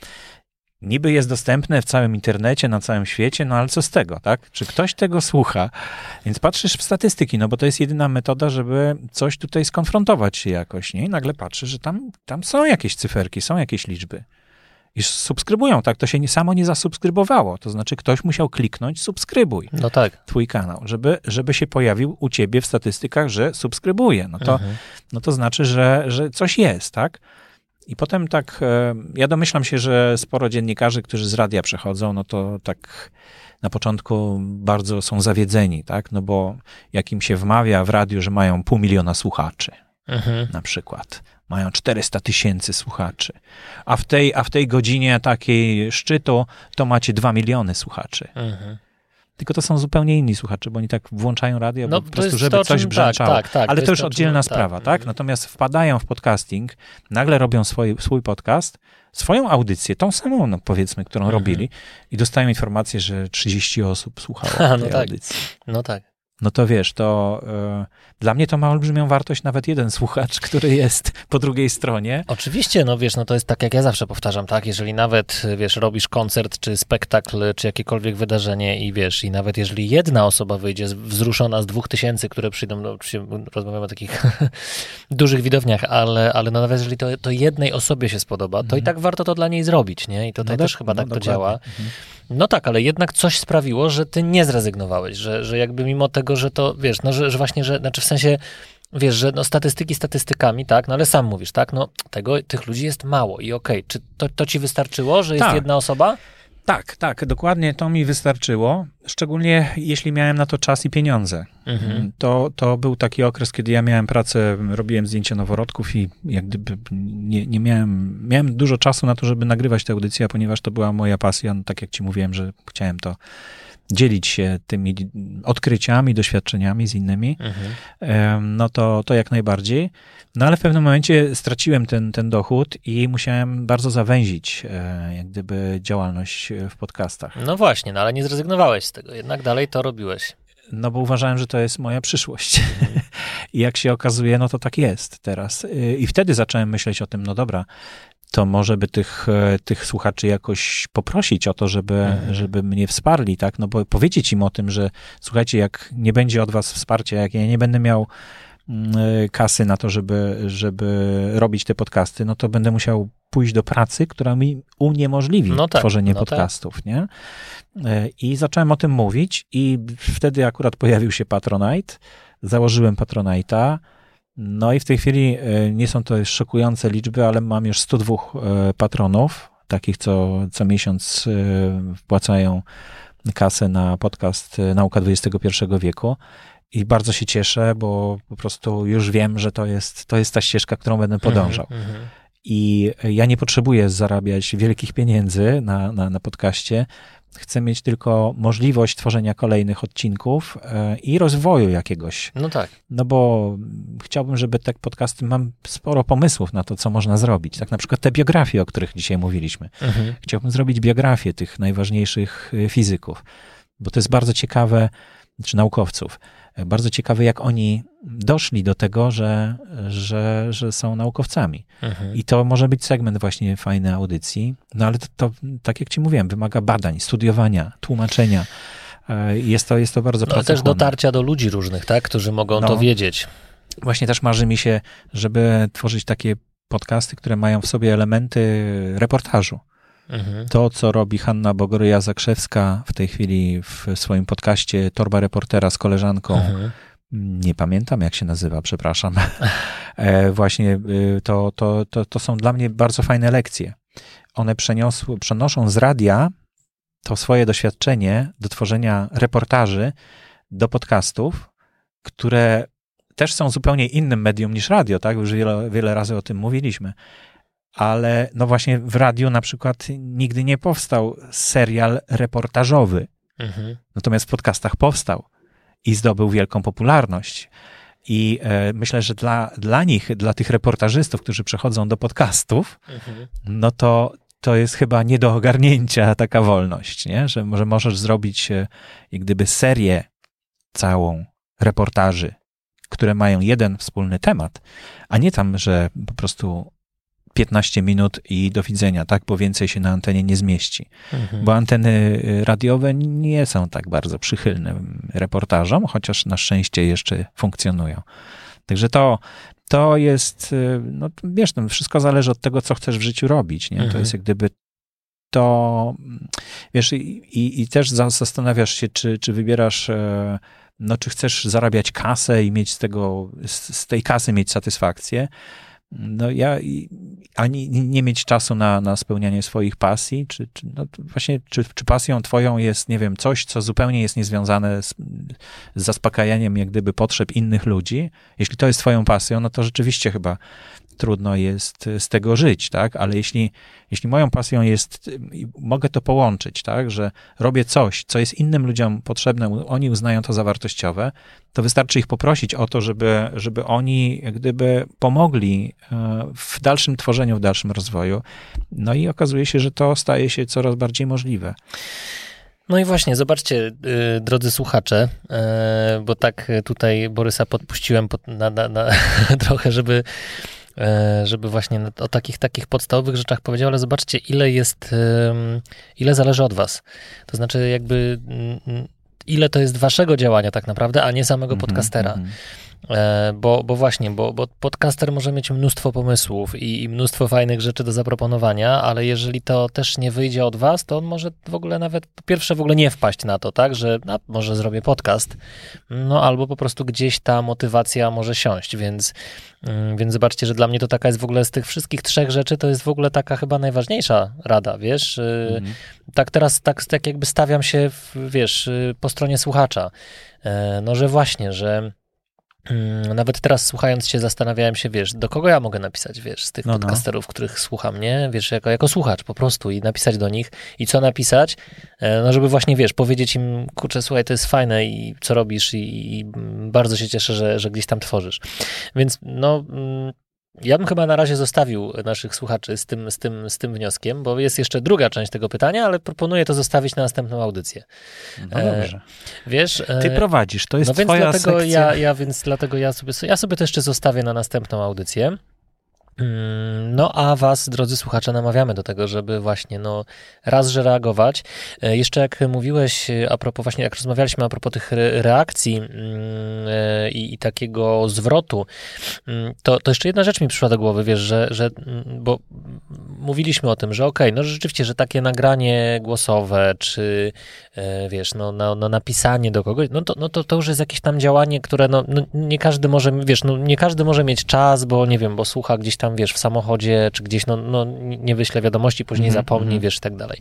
Niby jest dostępne w całym internecie, na całym świecie, no ale co z tego, tak? Czy ktoś tego słucha? Więc patrzysz w statystyki, no bo to jest jedyna metoda, żeby coś tutaj skonfrontować się jakoś, nie? I nagle patrzysz, że tam są jakieś cyferki, są jakieś liczby. I subskrybują, tak? To się samo nie zasubskrybowało. To znaczy ktoś musiał kliknąć subskrybuj twój kanał, żeby się pojawił u ciebie w statystykach, że subskrybuje. No to znaczy, że coś jest, tak? I potem tak, ja domyślam się, że sporo dziennikarzy, którzy z radia przechodzą, no to tak na początku bardzo są zawiedzeni, tak? No bo jak im się wmawia w radiu, że mają 500 000 słuchaczy, na przykład, mają 400 000 słuchaczy, a w tej godzinie takiej szczytu to macie 2 miliony słuchaczy. Tylko to są zupełnie inni słuchacze, bo oni tak włączają radio, po prostu, żeby coś brzęczało. Tak, ale to już oddzielna sprawa, tak? Natomiast wpadają w podcasting, nagle robią swój podcast, swoją audycję, tą samą, no powiedzmy, którą robili i dostają informację, że 30 osób słuchało tej audycji. No tak. No to wiesz, dla mnie to ma olbrzymią wartość nawet jeden słuchacz, który jest po drugiej stronie. Oczywiście, no to jest tak, jak ja zawsze powtarzam, tak? Jeżeli nawet, robisz koncert, czy spektakl, czy jakiekolwiek wydarzenie i nawet jeżeli jedna osoba wyjdzie wzruszona z 2000, które przyjdą, oczywiście rozmawiamy o takich dużych widowniach, ale no nawet jeżeli to jednej osobie się spodoba, to i tak warto to dla niej zrobić, nie? I tutaj też chyba tak to działa. No tak, ale jednak coś sprawiło, że ty nie zrezygnowałeś, że jakby mimo tego, że to, że właśnie, znaczy w sensie, że statystyki statystykami, tak, no ale sam mówisz, tak, no tych ludzi jest mało i okej, czy to ci wystarczyło, że jest jedna osoba? Tak, dokładnie to mi wystarczyło, szczególnie jeśli miałem na to czas i pieniądze. To był taki okres, kiedy ja miałem pracę, robiłem zdjęcia noworodków i jak gdyby nie miałem dużo czasu na to, żeby nagrywać te audycje, ponieważ to była moja pasja, no, tak jak ci mówiłem, że chciałem to dzielić się tymi odkryciami, doświadczeniami z innymi, no to jak najbardziej. No ale w pewnym momencie straciłem ten dochód i musiałem bardzo zawęzić jak gdyby działalność w podcastach. No właśnie, no ale nie zrezygnowałeś z tego, jednak dalej to robiłeś. No bo uważałem, że to jest moja przyszłość. I jak się okazuje, no to tak jest teraz. I wtedy zacząłem myśleć o tym, no dobra, to może by tych słuchaczy jakoś poprosić o to, żeby mnie wsparli, tak? No bo powiedzieć im o tym, że słuchajcie, jak nie będzie od was wsparcia, jak ja nie będę miał kasy na to, żeby robić te podcasty, no to będę musiał pójść do pracy, która mi uniemożliwi tworzenie podcastów, nie? I zacząłem o tym mówić i wtedy akurat pojawił się Patronite, założyłem Patronite'a, no i w tej chwili nie są to szokujące liczby, ale mam już 102 patronów, takich, co miesiąc wpłacają kasę na podcast Nauka XXI wieku. I bardzo się cieszę, bo po prostu już wiem, że to jest ta ścieżka, którą będę podążał. I ja nie potrzebuję zarabiać wielkich pieniędzy na podcaście. Chcę mieć tylko możliwość tworzenia kolejnych odcinków i rozwoju jakiegoś. No tak. No bo chciałbym, żeby te podcasty, mam sporo pomysłów na to, co można zrobić. Tak na przykład te biografie, o których dzisiaj mówiliśmy. Chciałbym zrobić biografię tych najważniejszych fizyków, bo to jest bardzo ciekawe, czy naukowców. Bardzo ciekawe, jak oni doszli do tego, że są naukowcami. I to może być segment właśnie fajnej audycji, no ale to, tak jak ci mówiłem, wymaga badań, studiowania, tłumaczenia. Jest to bardzo pracochłonne. Też dotarcia do ludzi różnych, tak, którzy mogą to wiedzieć. Właśnie też marzy mi się, żeby tworzyć takie podcasty, które mają w sobie elementy reportażu. To, co robi Hanna Bogoryja-Zakrzewska w tej chwili w swoim podcaście Torba Reportera z koleżanką, nie pamiętam jak się nazywa, przepraszam, właśnie to są dla mnie bardzo fajne lekcje. One przenoszą z radia to swoje doświadczenie do tworzenia reportaży do podcastów, które też są zupełnie innym medium niż radio, tak? Już wiele razy o tym mówiliśmy. Ale no właśnie w radiu na przykład nigdy nie powstał serial reportażowy. Natomiast w podcastach powstał i zdobył wielką popularność. I myślę, że dla nich, dla tych reportażystów, którzy przechodzą do podcastów, no to jest chyba nie do ogarnięcia taka wolność, nie? Że możesz zrobić jak gdyby serię całą reportaży, które mają jeden wspólny temat, a nie tam, że po prostu 15 minut i do widzenia, tak? Bo więcej się na antenie nie zmieści. Bo anteny radiowe nie są tak bardzo przychylne reportażom, chociaż na szczęście jeszcze funkcjonują. Także to jest, no wiesz, no, wszystko zależy od tego, co chcesz w życiu robić, nie? To jest jak gdyby to, wiesz, i też zastanawiasz się, czy wybierasz, no, czy chcesz zarabiać kasę i mieć z tej kasy mieć satysfakcję. No ani nie mieć czasu na spełnianie swoich pasji, czy pasją twoją jest, nie wiem, coś, co zupełnie jest niezwiązane z zaspokajaniem jak gdyby potrzeb innych ludzi. Jeśli to jest twoją pasją, no to rzeczywiście chyba trudno jest z tego żyć, tak? Ale jeśli moją pasją jest, mogę to połączyć, tak? Że robię coś, co jest innym ludziom potrzebne, oni uznają to za wartościowe, to wystarczy ich poprosić o to, żeby oni jak gdyby pomogli w dalszym tworzeniu, w dalszym rozwoju. No i okazuje się, że to staje się coraz bardziej możliwe. No i właśnie, zobaczcie, drodzy słuchacze, bo tak tutaj Borysa podpuściłem trochę, żeby właśnie o takich podstawowych rzeczach powiedział, ale zobaczcie, ile zależy od was. To znaczy jakby ile to jest waszego działania tak naprawdę, a nie samego podcastera. Bo podcaster może mieć mnóstwo pomysłów i mnóstwo fajnych rzeczy do zaproponowania, ale jeżeli to też nie wyjdzie od was, to on może w ogóle nawet po pierwsze w ogóle nie wpaść na to, tak, że może zrobię podcast, no albo po prostu gdzieś ta motywacja może siąść, więc zobaczcie, że dla mnie to taka jest w ogóle z tych wszystkich trzech rzeczy, to jest w ogóle taka chyba najważniejsza rada, wiesz, tak teraz tak jakby stawiam się, wiesz, po stronie słuchacza, no że właśnie, że nawet teraz słuchając się zastanawiałem się, wiesz, do kogo ja mogę napisać, wiesz, z tych podcasterów, których słucham, nie? Wiesz, jako słuchacz po prostu i napisać do nich i co napisać, no żeby właśnie, wiesz, powiedzieć im, kurczę, słuchaj, to jest fajne i co robisz i bardzo się cieszę, że gdzieś tam tworzysz. Więc no... Ja bym chyba na razie zostawił naszych słuchaczy z tym wnioskiem, bo jest jeszcze druga część tego pytania, ale proponuję to zostawić na następną audycję. No dobrze. Wiesz, ty prowadzisz, to jest no twoja więc sekcja. Dlatego ja sobie to jeszcze zostawię na następną audycję. No a was, drodzy słuchacze, namawiamy do tego, żeby właśnie że reagować. Jeszcze jak mówiłeś a propos, właśnie jak rozmawialiśmy a propos tych reakcji i takiego zwrotu, to jeszcze jedna rzecz mi przyszła do głowy, wiesz, bo mówiliśmy o tym, że okej, no rzeczywiście, że takie nagranie głosowe, czy wiesz, napisanie do kogoś, to już jest jakieś tam działanie, które nie każdy może, wiesz, nie każdy może mieć czas, bo nie wiem, bo słucha gdzieś tam, wiesz, w samochodzie, czy gdzieś, nie wyśle wiadomości, później zapomni, wiesz, i tak dalej.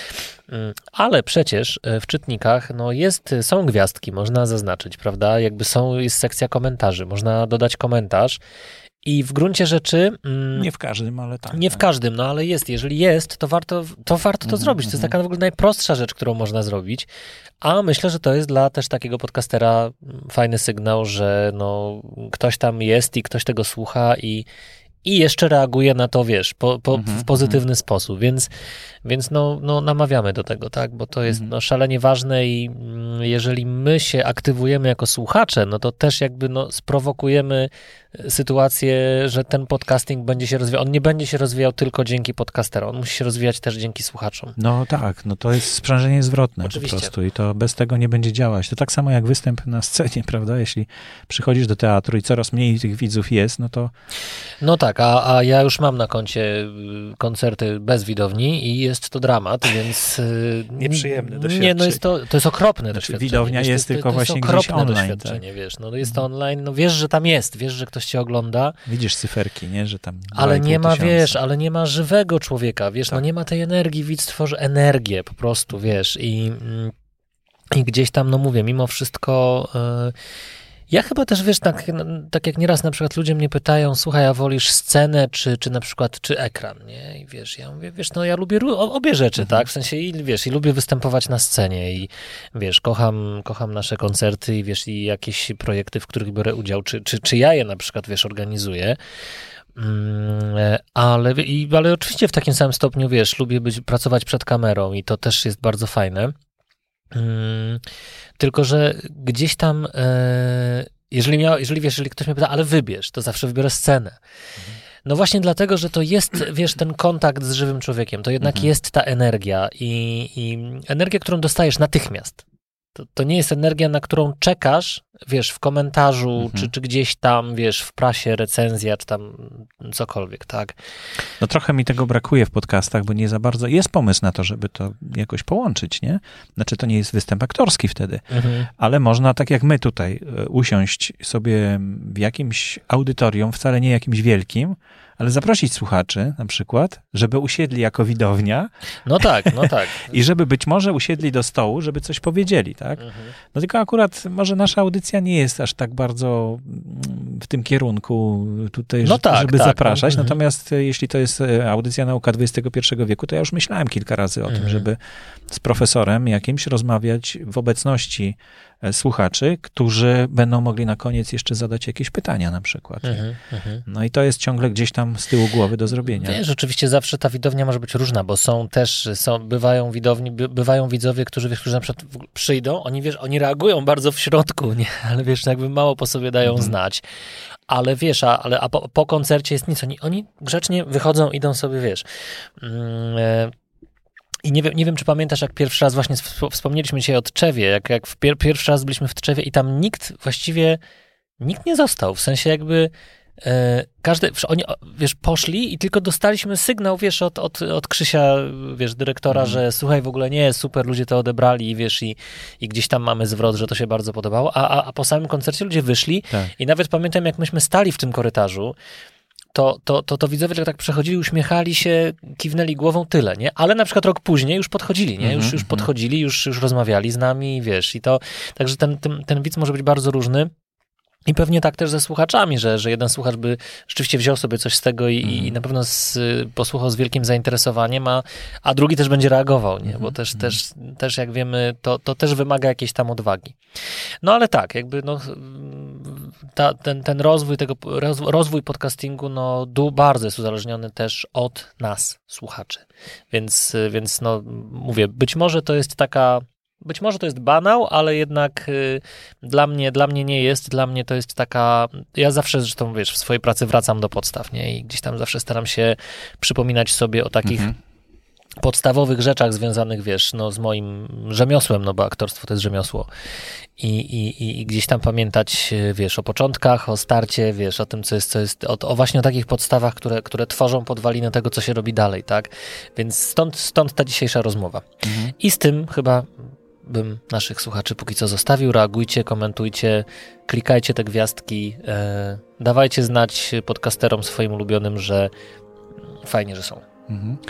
Ale przecież w czytnikach, są gwiazdki, można zaznaczyć, prawda? Jakby jest sekcja komentarzy, można dodać komentarz I w gruncie rzeczy... Nie w każdym, ale tak. Nie w każdym, no ale jest. Jeżeli jest, to warto to zrobić. To jest taka w ogóle najprostsza rzecz, którą można zrobić. A myślę, że to jest dla też takiego podcastera fajny sygnał, że no, ktoś tam jest i ktoś tego słucha i jeszcze reaguje na to, wiesz, w pozytywny sposób, więc no, namawiamy do tego, tak, bo to jest no, szalenie ważne i jeżeli my się aktywujemy jako słuchacze, no to też jakby no, sprowokujemy sytuację, że ten podcasting będzie się rozwijał. On nie będzie się rozwijał tylko dzięki podcasterom, on musi się rozwijać też dzięki słuchaczom. No tak, no to jest sprzężenie zwrotne Oczywiście. Po prostu i to bez tego nie będzie działać. To tak samo jak występ na scenie, prawda? Jeśli przychodzisz do teatru i coraz mniej tych widzów jest, no to... No tak, a ja już mam na koncie koncerty bez widowni i jest to dramat, więc... Nieprzyjemne doświadczenie. Nie, no to jest okropne doświadczenie. Widownia wiesz, jest tylko właśnie gdzieś okropne online. Doświadczenie, Tak? wiesz, no jest to online, no wiesz, że tam jest, wiesz, że ktoś cię ogląda. Widzisz cyferki, nie, że tam Ale nie ma, 2500. wiesz, ale nie ma żywego człowieka, wiesz, Tak. no nie ma tej energii, widz tworzy energię po prostu, wiesz, i gdzieś tam, no mówię, mimo wszystko... Ja chyba też, wiesz, tak jak nieraz na przykład ludzie mnie pytają, słuchaj, a wolisz scenę, czy na przykład, czy ekran, nie? I wiesz, ja mówię, wiesz, no ja lubię obie rzeczy, tak? W sensie, wiesz, i lubię występować na scenie i wiesz, kocham nasze koncerty i wiesz, i jakieś projekty, w których biorę udział, czy ja je na przykład, wiesz, organizuję. Ale oczywiście w takim samym stopniu, wiesz, lubię pracować przed kamerą i to też jest bardzo fajne. Tylko że gdzieś tam, jeżeli ktoś mnie pyta, ale wybierz, to zawsze wybiorę scenę. No właśnie dlatego, że to jest, wiesz, ten kontakt z żywym człowiekiem, to jednak jest ta energia i energia, którą dostajesz natychmiast. To nie jest energia, na którą czekasz, wiesz, w komentarzu, czy gdzieś tam, wiesz, w prasie, recenzja, czy tam cokolwiek, tak? No trochę mi tego brakuje w podcastach, bo nie za bardzo... Jest pomysł na to, żeby to jakoś połączyć, nie? Znaczy, to nie jest występ aktorski wtedy, ale można, tak jak my tutaj, usiąść sobie w jakimś audytorium, wcale nie jakimś wielkim, ale zaprosić słuchaczy na przykład, żeby usiedli jako widownia. No tak. I żeby być może usiedli do stołu, żeby coś powiedzieli, tak? No tylko akurat może nasza audycja nie jest aż tak bardzo w tym kierunku tutaj, żeby zapraszać. Natomiast jeśli to jest audycja Nauka XXI wieku, to ja już myślałem kilka razy o tym, żeby z profesorem jakimś rozmawiać w obecności słuchaczy, którzy będą mogli na koniec jeszcze zadać jakieś pytania na przykład. No i to jest ciągle gdzieś tam z tyłu głowy do zrobienia. Wiesz, rzeczywiście zawsze ta widownia może być różna, bo bywają widzowie, którzy na przykład przyjdą, oni reagują bardzo w środku, nie? Ale wiesz, jakby mało po sobie dają znać. Ale wiesz, a po koncercie jest nic. Oni grzecznie wychodzą, idą sobie, wiesz... I nie wiem, czy pamiętasz, jak pierwszy raz właśnie wspomnieliśmy dzisiaj o Tczewie, jak pierwszy raz byliśmy w Tczewie i tam nikt nie został, w sensie jakby oni, wiesz, poszli i tylko dostaliśmy sygnał, wiesz, od Krzysia, wiesz, dyrektora, że słuchaj, w ogóle nie, super, ludzie to odebrali i wiesz, i gdzieś tam mamy zwrot, że to się bardzo podobało, a po samym koncercie ludzie wyszli i nawet pamiętam, jak myśmy stali w tym korytarzu, to widzowie tak przechodzili, uśmiechali się, kiwnęli głową, tyle, nie? Ale na przykład rok później już podchodzili, nie? Już podchodzili, już rozmawiali z nami, wiesz, i to, także ten widz może być bardzo różny. I pewnie tak też ze słuchaczami, że jeden słuchacz by rzeczywiście wziął sobie coś z tego i na pewno posłuchał z wielkim zainteresowaniem, a drugi też będzie reagował, nie? Bo też jak wiemy, to też wymaga jakiejś tam odwagi. No ale tak, jakby ten rozwój podcastingu, bardzo jest uzależniony też od nas, słuchaczy. Więc mówię, być może to jest banał, ale jednak dla mnie nie jest. Dla mnie to jest taka... Ja zawsze zresztą, wiesz, w swojej pracy wracam do podstaw, nie? I gdzieś tam zawsze staram się przypominać sobie o takich podstawowych rzeczach związanych, wiesz, z moim rzemiosłem, bo aktorstwo to jest rzemiosło. I gdzieś tam pamiętać, wiesz, o początkach, o starcie, wiesz, o tym, co jest, właśnie o takich podstawach, które tworzą podwaliny tego, co się robi dalej, tak? Więc stąd ta dzisiejsza rozmowa. I z tym chyba bym naszych słuchaczy póki co zostawił. Reagujcie, komentujcie, klikajcie te gwiazdki, dawajcie znać podcasterom swoim ulubionym, że fajnie, że są.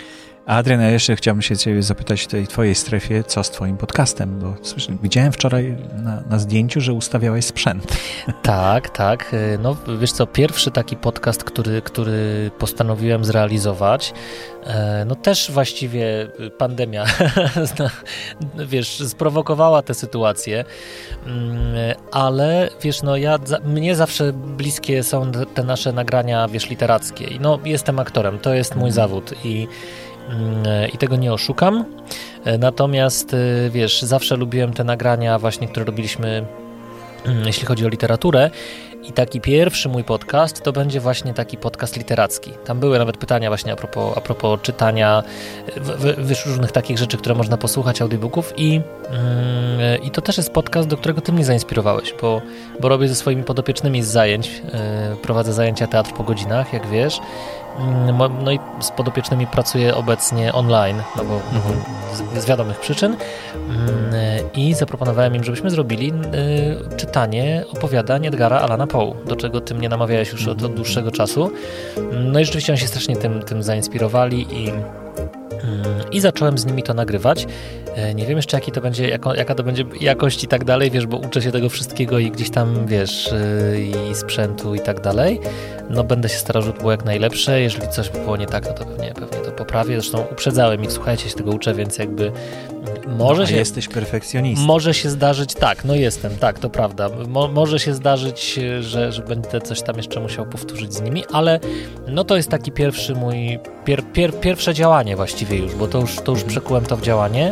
Adrian, ja jeszcze chciałbym się ciebie zapytać w tej twojej strefie, co z twoim podcastem, bo widziałem wczoraj na zdjęciu, że ustawiałeś sprzęt. Tak. No wiesz co, pierwszy taki podcast, który postanowiłem zrealizować, no też właściwie pandemia, wiesz, sprowokowała tę sytuację, ale wiesz, no mnie zawsze bliskie są te nasze nagrania, wiesz, literackie. I no jestem aktorem, to jest mój zawód i tego nie oszukam. Natomiast wiesz, zawsze lubiłem te nagrania właśnie, które robiliśmy, jeśli chodzi o literaturę. I taki pierwszy mój podcast to będzie właśnie taki podcast literacki. Tam były nawet pytania właśnie a propos czytania, wiesz, różnych takich rzeczy, które można posłuchać, audiobooków i to też jest podcast, do którego ty mnie zainspirowałeś, bo robię ze swoimi podopiecznymi z zajęć, prowadzę zajęcia teatr po godzinach, jak wiesz. No i z podopiecznymi pracuję obecnie online, no bo z wiadomych przyczyn i zaproponowałem im, żebyśmy zrobili czytanie opowiadań Edgara Allana Poe, do czego ty mnie namawiałeś już od dłuższego czasu. No i rzeczywiście oni się strasznie tym zainspirowali i zacząłem z nimi to nagrywać. Nie wiem jeszcze, jaka to będzie jakość i tak dalej, wiesz, bo uczę się tego wszystkiego i gdzieś tam, wiesz, i sprzętu i tak dalej. No będę się starał, żeby było jak najlepsze. Jeżeli coś by było nie tak, no to pewnie to poprawię. Zresztą uprzedzałem ich, słuchajcie, się tego uczę, więc jakby jesteś perfekcjonistą. Może się zdarzyć, tak, no jestem, tak, to prawda. Może się zdarzyć, że będę coś tam jeszcze musiał powtórzyć z nimi, ale no to jest taki pierwszy mój, pierwsze działanie właściwie już, bo to już przekułem to w działanie.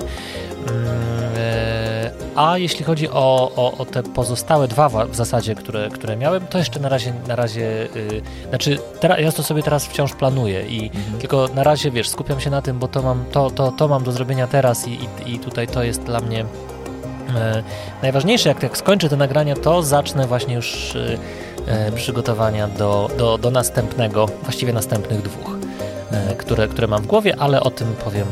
A jeśli chodzi o te pozostałe dwa w zasadzie, które miałem, to jeszcze na razie znaczy ja to sobie teraz wciąż planuję i tylko na razie, wiesz, skupiam się na tym, bo to mam do zrobienia teraz i tutaj to jest dla mnie najważniejsze. Jak skończę te nagrania, to zacznę właśnie już przygotowania do następnego, właściwie następnych dwóch, które mam w głowie, ale o tym powiem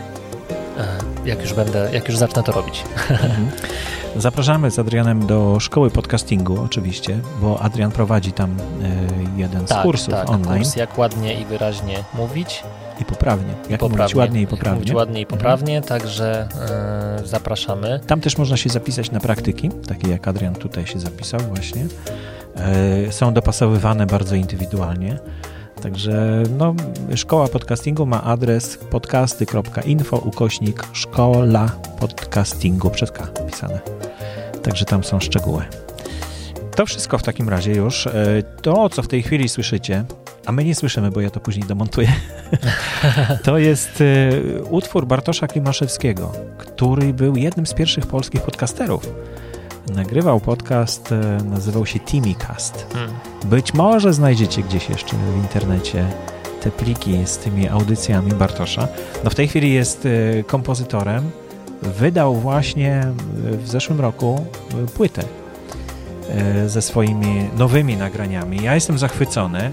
jak już zacznę to robić. Zapraszamy z Adrianem do szkoły podcastingu oczywiście, bo Adrian prowadzi tam jeden z kursów online. Kurs jak ładnie i wyraźnie mówić. I poprawnie. Mówić ładnie i poprawnie. Mówić ładnie i poprawnie, także zapraszamy. Tam też można się zapisać na praktyki, takie jak Adrian tutaj się zapisał właśnie. Są dopasowywane bardzo indywidualnie. Także no, szkoła podcastingu ma adres podcasty.info/szkoła podcastingu przez K pisane. Także tam są szczegóły. To wszystko w takim razie już. To, co w tej chwili słyszycie, a my nie słyszymy, bo ja to później demontuję, to jest utwór Bartosza Klimaszewskiego, który był jednym z pierwszych polskich podcasterów. Nagrywał podcast, nazywał się Timicast. Być może znajdziecie gdzieś jeszcze w internecie te pliki z tymi audycjami Bartosza. No w tej chwili jest kompozytorem. Wydał właśnie w zeszłym roku płytę ze swoimi nowymi nagraniami. Ja jestem zachwycony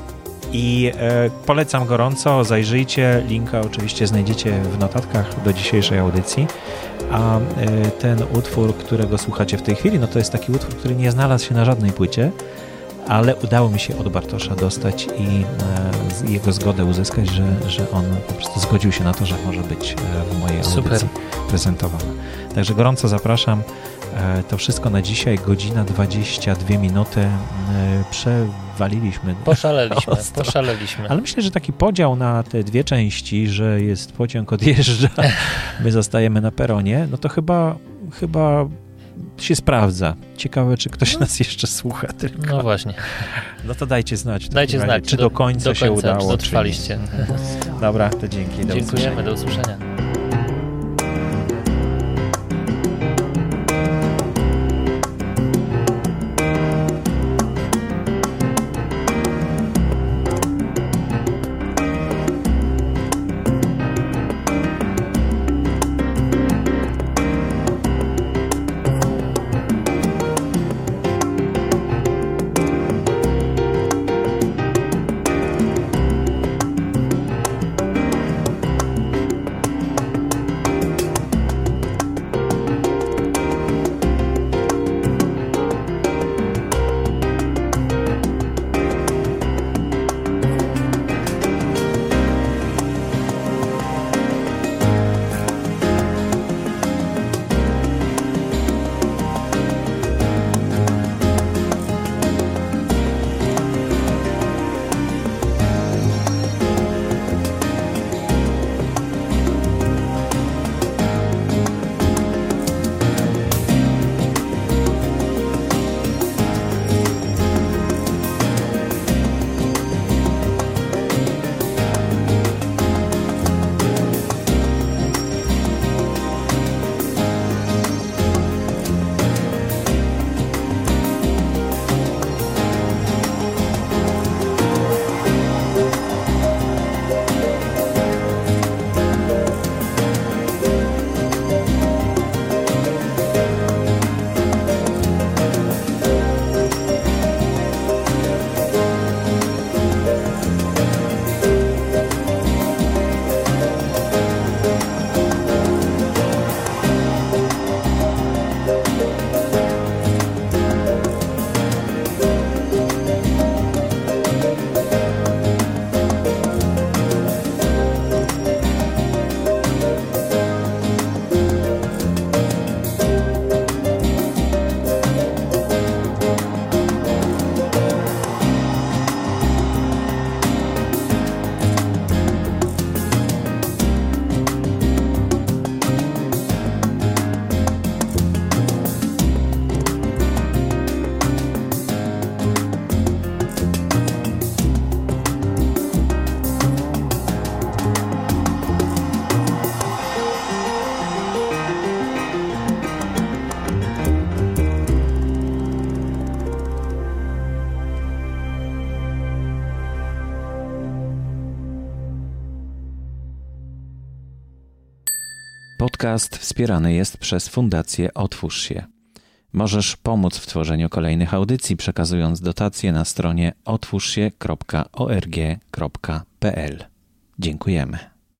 i polecam gorąco. Zajrzyjcie. Linka oczywiście znajdziecie w notatkach do dzisiejszej audycji. A ten utwór, którego słuchacie w tej chwili, no to jest taki utwór, który nie znalazł się na żadnej płycie, ale udało mi się od Bartosza dostać i jego zgodę uzyskać, że on po prostu zgodził się na to, że może być w mojej audycji prezentowany. Także gorąco zapraszam. To wszystko na dzisiaj. Godzina 22 minuty. Przewaliliśmy. Poszaleliśmy. Ale myślę, że taki podział na te dwie części, że jest pociąg odjeżdża, my zostajemy na peronie, no to chyba się sprawdza. Ciekawe, czy ktoś nas jeszcze słucha tylko. No właśnie. No to dajcie znać. Dajcie znać, czy do końca się udało. Czy dotrwaliście. Dobra, to dzięki. Dziękujemy, do usłyszenia. Podcast wspierany jest przez Fundację Otwórz się. Możesz pomóc w tworzeniu kolejnych audycji, przekazując dotacje na stronie otwórzsie.org.pl. Dziękujemy.